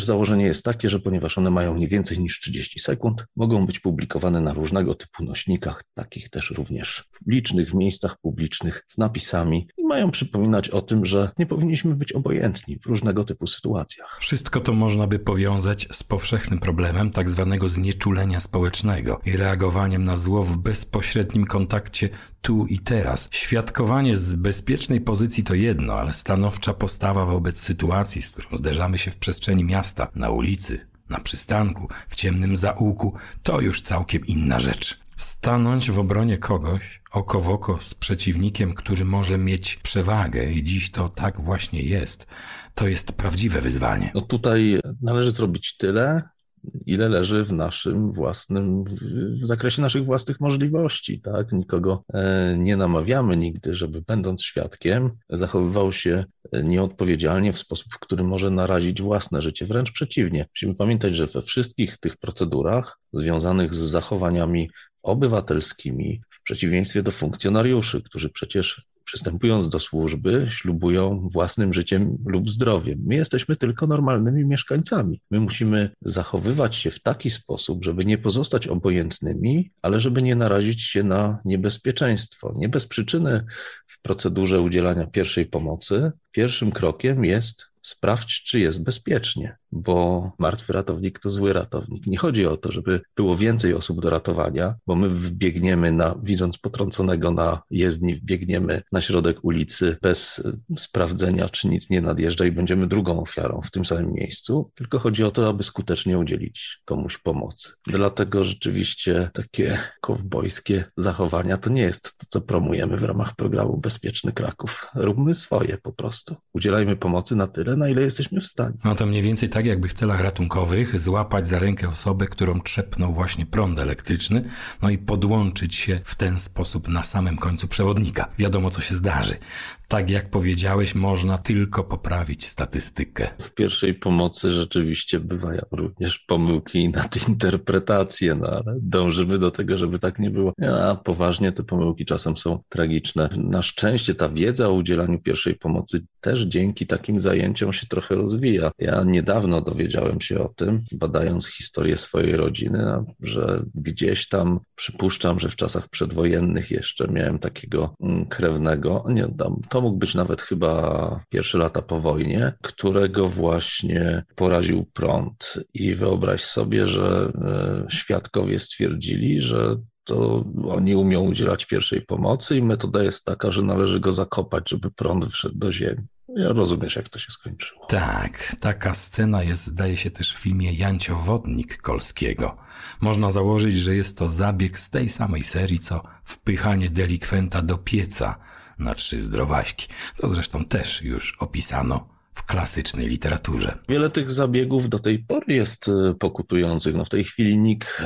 założenie jest takie, że ponieważ one mają nie więcej niż trzydzieści sekund, mogą być publikowane na różnego typu nośnikach, takich też również publicznych, w miejscach publicznych, z napisami i mają przypominać o tym, że nie powinniśmy być obojętni w różnego typu sytuacjach. Wszystko to można by powiązać z powszechnym problemem tak zwanego znieczulenia społecznego i reagowaniem na zło w bezpośrednim kontakcie tu i teraz. Świadkowanie z bezpiecznej pozycji to jedno, ale stanowcza postawa wobec sytuacji, z którą zderzamy się w przestrzeni miasta, na ulicy, na przystanku, w ciemnym zaułku, to już całkiem inna rzecz. Stanąć w obronie kogoś, oko w oko z przeciwnikiem, który może mieć przewagę i dziś to tak właśnie jest, to jest prawdziwe wyzwanie. No tutaj należy zrobić tyle, ile leży w naszym własnym, w zakresie naszych własnych możliwości, tak? Nikogo nie namawiamy nigdy, żeby będąc świadkiem zachowywał się nieodpowiedzialnie w sposób, w który może narazić własne życie. Wręcz przeciwnie. Musimy pamiętać, że we wszystkich tych procedurach związanych z zachowaniami obywatelskimi, w przeciwieństwie do funkcjonariuszy, którzy przecież przystępując do służby, ślubują własnym życiem lub zdrowiem. My jesteśmy tylko normalnymi mieszkańcami. My musimy zachowywać się w taki sposób, żeby nie pozostać obojętnymi, ale żeby nie narazić się na niebezpieczeństwo. Nie bez przyczyny w procedurze udzielania pierwszej pomocy pierwszym krokiem jest sprawdź, czy jest bezpiecznie, bo martwy ratownik to zły ratownik. Nie chodzi o to, żeby było więcej osób do ratowania, bo my wbiegniemy na, widząc potrąconego na jezdni, wbiegniemy na środek ulicy bez sprawdzenia, czy nic nie nadjeżdża i będziemy drugą ofiarą w tym samym miejscu, tylko chodzi o to, aby skutecznie udzielić komuś pomocy. Dlatego rzeczywiście takie kowbojskie zachowania to nie jest to, co promujemy w ramach programu Bezpieczny Kraków. Róbmy swoje po prostu. Udzielajmy pomocy na tyle, na ile jesteśmy w stanie. No to mniej więcej tak, jakby w celach ratunkowych złapać za rękę osobę, którą trzepnął właśnie prąd elektryczny, no i podłączyć się w ten sposób na samym końcu przewodnika. Wiadomo, co się zdarzy. Tak jak powiedziałeś, można tylko poprawić statystykę. W pierwszej pomocy rzeczywiście bywają również pomyłki i nadinterpretacje, no ale dążymy do tego, żeby tak nie było. A poważnie te pomyłki czasem są tragiczne. Na szczęście ta wiedza o udzielaniu pierwszej pomocy też dzięki takim zajęciom się trochę rozwija. Ja niedawno dowiedziałem się o tym, badając historię swojej rodziny, że gdzieś tam, przypuszczam, że w czasach przedwojennych jeszcze miałem takiego krewnego, nie dam, to mógł być nawet chyba pierwsze lata po wojnie, którego właśnie poraził prąd. I wyobraź sobie, że świadkowie stwierdzili, że to oni umią udzielać pierwszej pomocy i metoda jest taka, że należy go zakopać, żeby prąd wyszedł do ziemi. Ja rozumiesz, jak to się skończyło. Tak, taka scena jest, zdaje się, też w filmie Jancio Wodnik Kolskiego. Można założyć, że jest to zabieg z tej samej serii, co wpychanie delikwenta do pieca na trzy zdrowaśki. To zresztą też już opisano w klasycznej literaturze. Wiele tych zabiegów do tej pory jest pokutujących. No w tej chwili nikt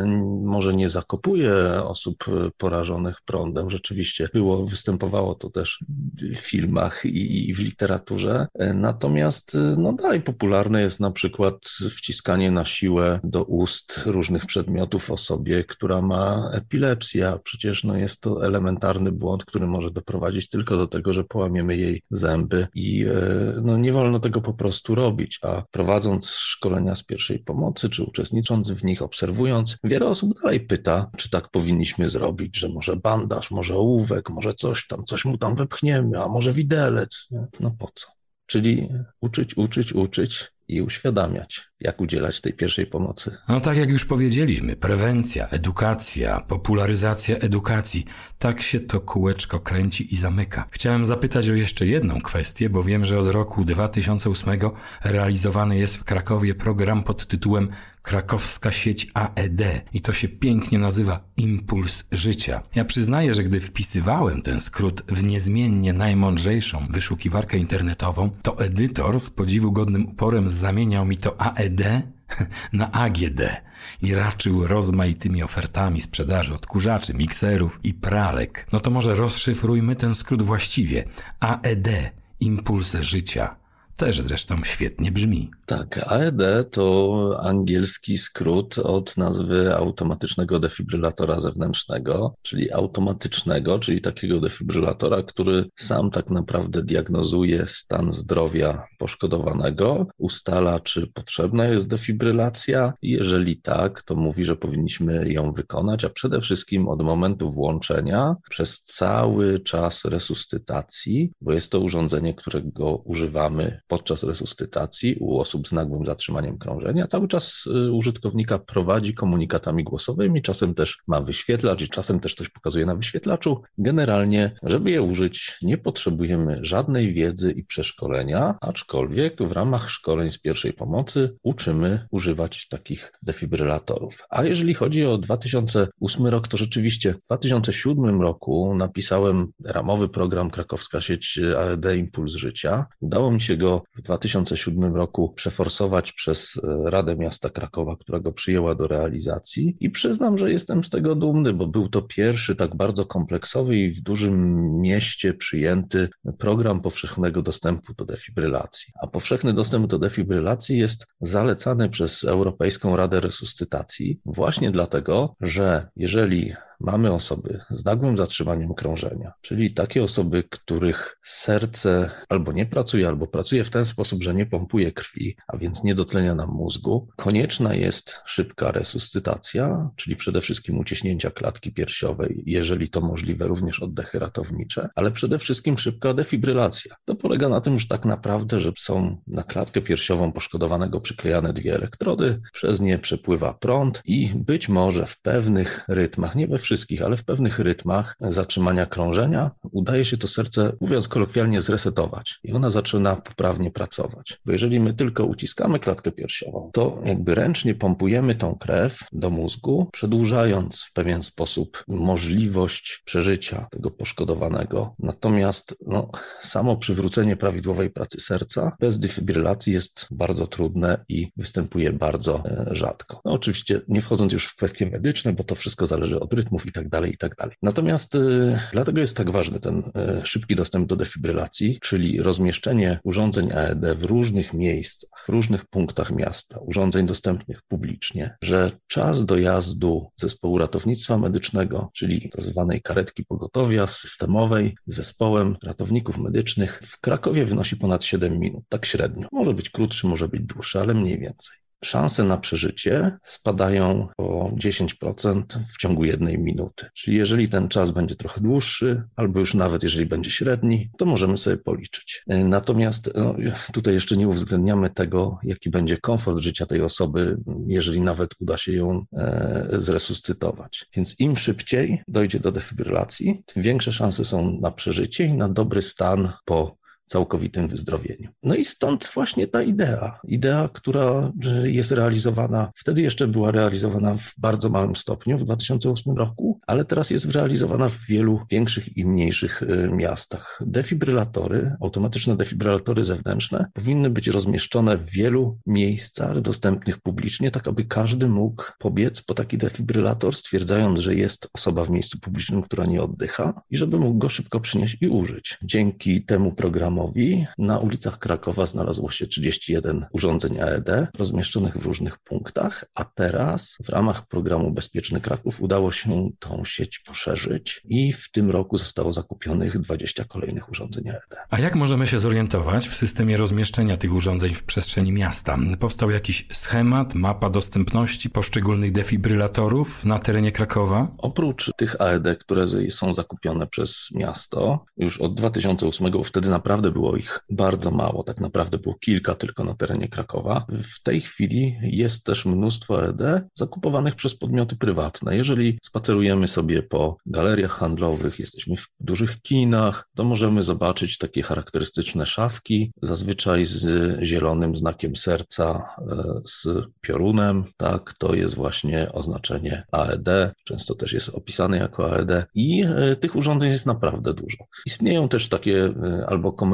może nie zakopuje osób porażonych prądem. Rzeczywiście było, występowało to też w filmach i w literaturze. Natomiast no dalej popularne jest na przykład wciskanie na siłę do ust różnych przedmiotów osobie, która ma epilepsję. Przecież no jest to elementarny błąd, który może doprowadzić tylko do tego, że połamiemy jej zęby i no nie wolno tego po prostu robić, a prowadząc szkolenia z pierwszej pomocy, czy uczestnicząc w nich, obserwując, wiele osób dalej pyta, czy tak powinniśmy zrobić, że może bandaż, może ołówek, może coś tam, coś mu tam wepchniemy, a może widelec. Nie? No po co? Czyli uczyć, uczyć, uczyć i uświadamiać, jak udzielać tej pierwszej pomocy. No tak jak już powiedzieliśmy, prewencja, edukacja, popularyzacja edukacji, tak się to kółeczko kręci i zamyka. Chciałem zapytać o jeszcze jedną kwestię, bo wiem, że od roku dwa tysiące ósmego realizowany jest w Krakowie program pod tytułem Krakowska sieć A E D i to się pięknie nazywa Impuls Życia. Ja przyznaję, że gdy wpisywałem ten skrót w niezmiennie najmądrzejszą wyszukiwarkę internetową, to edytor z podziwu godnym uporem zamieniał mi to A E D na A G D i raczył rozmaitymi ofertami sprzedaży odkurzaczy, mikserów i pralek. No to może rozszyfrujmy ten skrót właściwie. A E D, Impuls Życia. Też zresztą świetnie brzmi. Tak, A E D to angielski skrót od nazwy automatycznego defibrylatora zewnętrznego, czyli automatycznego, czyli takiego defibrylatora, który sam tak naprawdę diagnozuje stan zdrowia poszkodowanego, ustala, czy potrzebna jest defibrylacja i jeżeli tak, to mówi, że powinniśmy ją wykonać, a przede wszystkim od momentu włączenia przez cały czas resuscytacji, bo jest to urządzenie, którego używamy podczas resuscytacji u osób z nagłym zatrzymaniem krążenia. Cały czas użytkownika prowadzi komunikatami głosowymi, czasem też ma wyświetlacz i czasem też coś pokazuje na wyświetlaczu. Generalnie, żeby je użyć, nie potrzebujemy żadnej wiedzy i przeszkolenia, aczkolwiek w ramach szkoleń z pierwszej pomocy uczymy używać takich defibrylatorów. A jeżeli chodzi o dwa tysiące ósmy rok, to rzeczywiście w dwa tysiące siódmym roku napisałem ramowy program Krakowska Sieć A E D Impuls Życia. Udało mi się go w dwa tysiące siódmym roku przeforsować przez Radę Miasta Krakowa, która go przyjęła do realizacji i przyznam, że jestem z tego dumny, bo był to pierwszy tak bardzo kompleksowy i w dużym mieście przyjęty program powszechnego dostępu do defibrylacji. A powszechny dostęp do defibrylacji jest zalecany przez Europejską Radę Resuscytacji właśnie dlatego, że jeżeli mamy osoby z nagłym zatrzymaniem krążenia, czyli takie osoby, których serce albo nie pracuje, albo pracuje w ten sposób, że nie pompuje krwi, a więc nie dotlenia nam mózgu. Konieczna jest szybka resuscytacja, czyli przede wszystkim uciśnięcia klatki piersiowej, jeżeli to możliwe, również oddechy ratownicze, ale przede wszystkim szybka defibrylacja. To polega na tym, że tak naprawdę, że są na klatkę piersiową poszkodowanego przyklejane dwie elektrody, przez nie przepływa prąd i być może w pewnych rytmach, nie we wszystkich, ale w pewnych rytmach zatrzymania krążenia udaje się to serce, mówiąc kolokwialnie, zresetować i ona zaczyna poprawnie pracować. Bo jeżeli my tylko uciskamy klatkę piersiową, to jakby ręcznie pompujemy tą krew do mózgu, przedłużając w pewien sposób możliwość przeżycia tego poszkodowanego. Natomiast no, samo przywrócenie prawidłowej pracy serca bez defibrylacji jest bardzo trudne i występuje bardzo e, rzadko. No, oczywiście nie wchodząc już w kwestie medyczne, bo to wszystko zależy od rytmów i tak dalej, i tak dalej. Natomiast y, dlatego jest tak ważny ten y, szybki dostęp do defibrylacji, czyli rozmieszczenie urządzeń A E D w różnych miejscach, w różnych punktach miasta, urządzeń dostępnych publicznie, że czas dojazdu zespołu ratownictwa medycznego, czyli tzw. karetki pogotowia systemowej z zespołem ratowników medycznych w Krakowie wynosi ponad siedem minut, tak średnio. Może być krótszy, może być dłuższy, ale mniej więcej. Szanse na przeżycie spadają o dziesięć procent w ciągu jednej minuty. Czyli jeżeli ten czas będzie trochę dłuższy, albo już nawet jeżeli będzie średni, to możemy sobie policzyć. Natomiast no, tutaj jeszcze nie uwzględniamy tego, jaki będzie komfort życia tej osoby, jeżeli nawet uda się ją e, zresuscytować. Więc im szybciej dojdzie do defibrylacji, tym większe szanse są na przeżycie i na dobry stan po całkowitym wyzdrowieniu. No i stąd właśnie ta idea. Idea, która jest realizowana, wtedy jeszcze była realizowana w bardzo małym stopniu w dwa tysiące ósmym roku, ale teraz jest realizowana w wielu większych i mniejszych miastach. Defibrylatory, automatyczne defibrylatory zewnętrzne powinny być rozmieszczone w wielu miejscach dostępnych publicznie, tak aby każdy mógł pobiec po taki defibrylator, stwierdzając, że jest osoba w miejscu publicznym, która nie oddycha i żeby mógł go szybko przynieść i użyć. Dzięki temu programowi na ulicach Krakowa znalazło się trzydzieści jeden urządzeń A E D rozmieszczonych w różnych punktach, a teraz w ramach programu Bezpieczny Kraków udało się tą sieć poszerzyć i w tym roku zostało zakupionych dwadzieścia kolejnych urządzeń A E D. A jak możemy się zorientować w systemie rozmieszczenia tych urządzeń w przestrzeni miasta? Powstał jakiś schemat, mapa dostępności poszczególnych defibrylatorów na terenie Krakowa? Oprócz tych A E D, które są zakupione przez miasto, już od dwa tysiące ósmego, wtedy naprawdę było ich bardzo mało, tak naprawdę było kilka tylko na terenie Krakowa. W tej chwili jest też mnóstwo A E D zakupowanych przez podmioty prywatne. Jeżeli spacerujemy sobie po galeriach handlowych, jesteśmy w dużych kinach, to możemy zobaczyć takie charakterystyczne szafki, zazwyczaj z zielonym znakiem serca, z piorunem, tak, to jest właśnie oznaczenie A E D, często też jest opisane jako A E D i tych urządzeń jest naprawdę dużo. Istnieją też takie albo komercyjne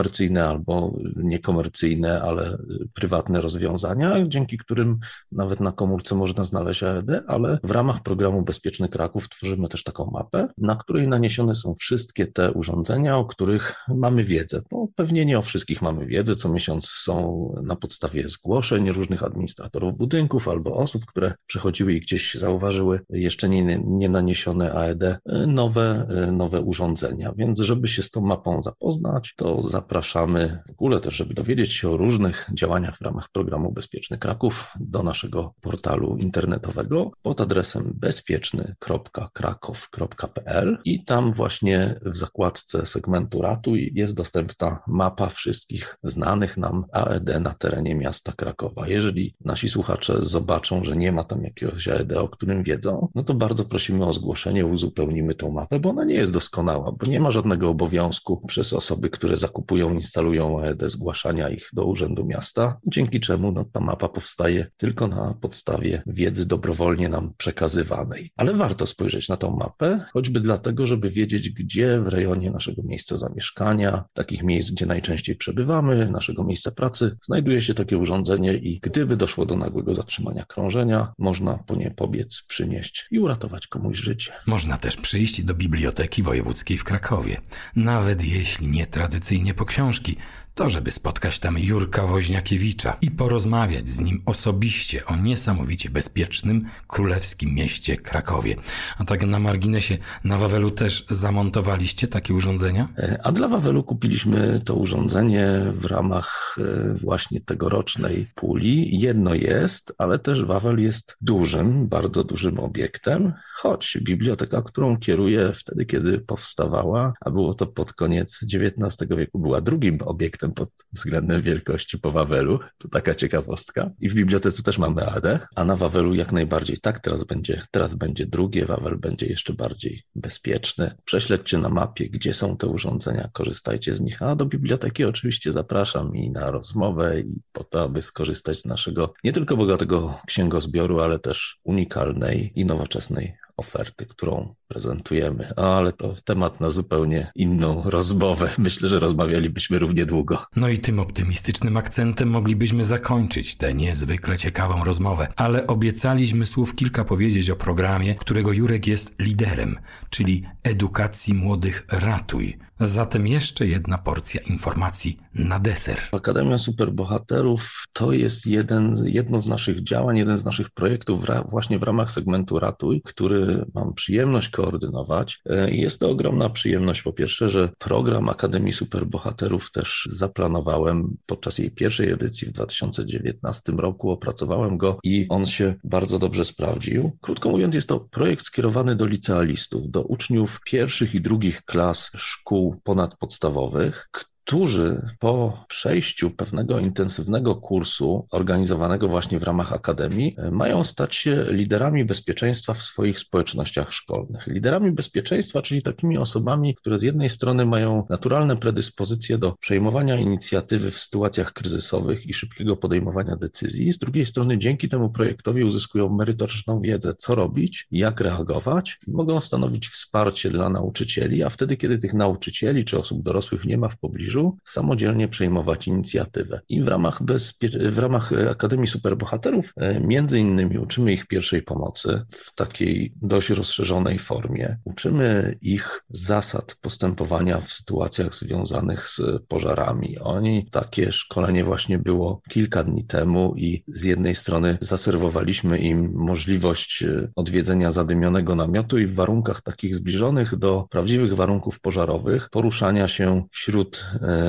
komercyjne albo niekomercyjne, ale prywatne rozwiązania, dzięki którym nawet na komórce można znaleźć A E D, ale w ramach programu Bezpieczny Kraków tworzymy też taką mapę, na której naniesione są wszystkie te urządzenia, o których mamy wiedzę. No, pewnie nie o wszystkich mamy wiedzę, co miesiąc są na podstawie zgłoszeń różnych administratorów budynków albo osób, które przechodziły i gdzieś zauważyły jeszcze nie, nie naniesione A E D nowe, nowe urządzenia. Więc żeby się z tą mapą zapoznać, to zapraszamy w ogóle też, żeby dowiedzieć się o różnych działaniach w ramach programu Bezpieczny Kraków do naszego portalu internetowego pod adresem bezpieczny kropka kraków kropka p l i tam właśnie w zakładce segmentu Ratuj jest dostępna mapa wszystkich znanych nam A E D na terenie miasta Krakowa. Jeżeli nasi słuchacze zobaczą, że nie ma tam jakiegoś A E D, o którym wiedzą, no to bardzo prosimy o zgłoszenie, uzupełnimy tą mapę, bo ona nie jest doskonała, bo nie ma żadnego obowiązku przez osoby, które zakupują, instalują A E D, zgłaszania ich do Urzędu Miasta, dzięki czemu no, ta mapa powstaje tylko na podstawie wiedzy dobrowolnie nam przekazywanej. Ale warto spojrzeć na tą mapę, choćby dlatego, żeby wiedzieć, gdzie w rejonie naszego miejsca zamieszkania, takich miejsc, gdzie najczęściej przebywamy, naszego miejsca pracy, znajduje się takie urządzenie i gdyby doszło do nagłego zatrzymania krążenia, można po nie pobiec, przynieść i uratować komuś życie. Można też przyjść do Biblioteki Wojewódzkiej w Krakowie, nawet jeśli nie tradycyjnie po książki, to żeby spotkać tam Jurka Woźniakiewicza i porozmawiać z nim osobiście o niesamowicie bezpiecznym królewskim mieście Krakowie. A tak na marginesie, na Wawelu też zamontowaliście takie urządzenia? A dla Wawelu kupiliśmy to urządzenie w ramach właśnie tegorocznej puli. Jedno jest, ale też Wawel jest dużym, bardzo dużym obiektem, choć biblioteka, którą kieruję wtedy, kiedy powstawała, a było to pod koniec dziewiętnastego wieku, była drugim obiektem pod względem wielkości po Wawelu. To taka ciekawostka. I w bibliotece też mamy A E D, a na Wawelu jak najbardziej tak. Teraz będzie, teraz będzie drugie. Wawel będzie jeszcze bardziej bezpieczny. Prześledźcie na mapie, gdzie są te urządzenia, korzystajcie z nich. A do biblioteki oczywiście zapraszam i na rozmowę i po to, aby skorzystać z naszego nie tylko bogatego księgozbioru, ale też unikalnej i nowoczesnej oferty, którą prezentujemy, ale to temat na zupełnie inną rozmowę. Myślę, że rozmawialibyśmy równie długo. No i tym optymistycznym akcentem moglibyśmy zakończyć tę niezwykle ciekawą rozmowę, ale obiecaliśmy słów kilka powiedzieć o programie, którego Jurek jest liderem, czyli edukacji młodych Ratuj. Zatem jeszcze jedna porcja informacji na deser. Akademia Superbohaterów to jest jeden, jedno z naszych działań, jeden z naszych projektów w, właśnie w ramach segmentu Ratuj, który mam przyjemność koordynować. Jest to ogromna przyjemność, po pierwsze, że program Akademii Superbohaterów też zaplanowałem podczas jej pierwszej edycji w dwa tysiące dziewiętnastym roku, opracowałem go i on się bardzo dobrze sprawdził. Krótko mówiąc, jest to projekt skierowany do licealistów, do uczniów pierwszych i drugich klas szkół ponadpodstawowych, którzy po przejściu pewnego intensywnego kursu organizowanego właśnie w ramach Akademii mają stać się liderami bezpieczeństwa w swoich społecznościach szkolnych. Liderami bezpieczeństwa, czyli takimi osobami, które z jednej strony mają naturalne predyspozycje do przejmowania inicjatywy w sytuacjach kryzysowych i szybkiego podejmowania decyzji, z drugiej strony dzięki temu projektowi uzyskują merytoryczną wiedzę, co robić, jak reagować, mogą stanowić wsparcie dla nauczycieli, a wtedy, kiedy tych nauczycieli czy osób dorosłych nie ma w pobliżu, samodzielnie przejmować inicjatywę. I w ramach, bezpie- w ramach Akademii Superbohaterów między innymi uczymy ich pierwszej pomocy w takiej dość rozszerzonej formie. Uczymy ich zasad postępowania w sytuacjach związanych z pożarami. Oni, takie szkolenie właśnie było kilka dni temu i z jednej strony zaserwowaliśmy im możliwość odwiedzenia zadymionego namiotu i w warunkach takich zbliżonych do prawdziwych warunków pożarowych poruszania się wśród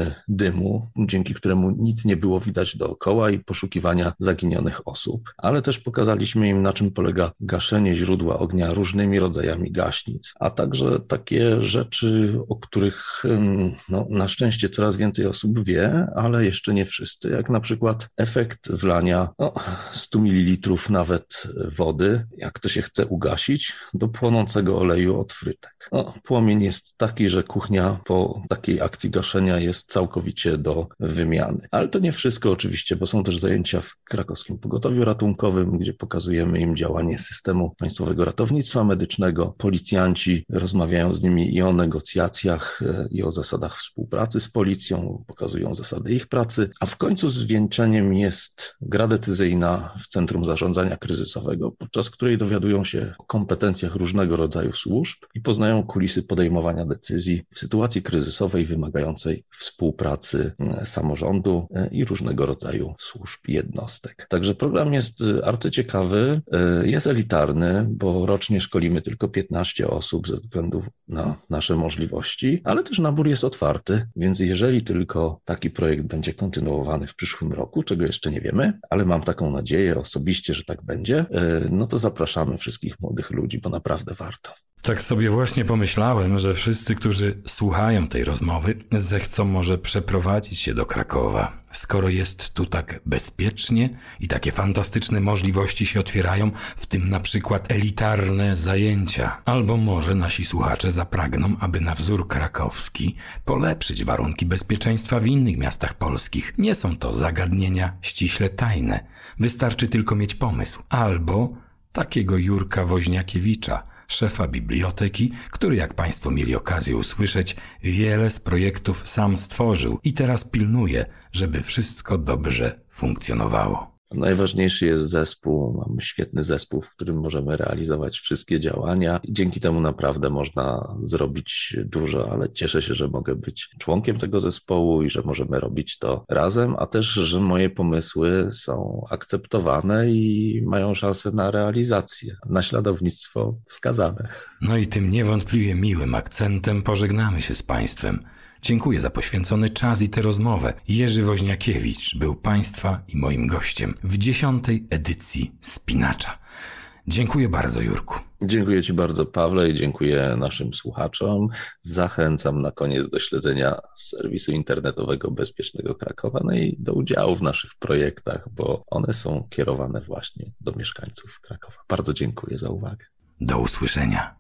dymu, dzięki któremu nic nie było widać dookoła i poszukiwania zaginionych osób. Ale też pokazaliśmy im, na czym polega gaszenie źródła ognia różnymi rodzajami gaśnic, a także takie rzeczy, o których no, na szczęście coraz więcej osób wie, ale jeszcze nie wszyscy, jak na przykład efekt wlania no, stu mililitrów nawet wody, jak to się chce ugasić, do płonącego oleju od frytek. No, płomień jest taki, że kuchnia po takiej akcji gaszenia jest jest całkowicie do wymiany. Ale to nie wszystko oczywiście, bo są też zajęcia w krakowskim pogotowiu ratunkowym, gdzie pokazujemy im działanie systemu Państwowego Ratownictwa Medycznego. Policjanci rozmawiają z nimi i o negocjacjach, i o zasadach współpracy z policją, pokazują zasady ich pracy, a w końcu zwieńczeniem jest gra decyzyjna w Centrum Zarządzania Kryzysowego, podczas której dowiadują się o kompetencjach różnego rodzaju służb i poznają kulisy podejmowania decyzji w sytuacji kryzysowej wymagającej współpracy samorządu i różnego rodzaju służb i jednostek. Także program jest arcyciekawy, jest elitarny, bo rocznie szkolimy tylko piętnaście osób ze względu na nasze możliwości, ale też nabór jest otwarty, więc jeżeli tylko taki projekt będzie kontynuowany w przyszłym roku, czego jeszcze nie wiemy, ale mam taką nadzieję osobiście, że tak będzie, no to zapraszamy wszystkich młodych ludzi, bo naprawdę warto. Tak sobie właśnie pomyślałem, że wszyscy, którzy słuchają tej rozmowy, zechcą może przeprowadzić się do Krakowa. Skoro jest tu tak bezpiecznie i takie fantastyczne możliwości się otwierają, w tym na przykład elitarne zajęcia. Albo może nasi słuchacze zapragną, aby na wzór krakowski polepszyć warunki bezpieczeństwa w innych miastach polskich. Nie są to zagadnienia ściśle tajne. Wystarczy tylko mieć pomysł. Albo takiego Jurka Woźniakiewicza, szefa biblioteki, który, jak Państwo mieli okazję usłyszeć, wiele z projektów sam stworzył i teraz pilnuje, żeby wszystko dobrze funkcjonowało. Najważniejszy jest zespół. Mamy świetny zespół, w którym możemy realizować wszystkie działania i dzięki temu naprawdę można zrobić dużo, ale cieszę się, że mogę być członkiem tego zespołu i że możemy robić to razem, a też, że moje pomysły są akceptowane i mają szansę na realizację. Naśladownictwo wskazane. No i tym niewątpliwie miłym akcentem pożegnamy się z Państwem. Dziękuję za poświęcony czas i tę rozmowę. Jerzy Woźniakiewicz był Państwa i moim gościem w dziesiątej edycji Spinacza. Dziękuję bardzo, Jurku. Dziękuję Ci bardzo, Pawle, i dziękuję naszym słuchaczom. Zachęcam na koniec do śledzenia serwisu internetowego Bezpiecznego Krakowa, no i do udziału w naszych projektach, bo one są kierowane właśnie do mieszkańców Krakowa. Bardzo dziękuję za uwagę. Do usłyszenia.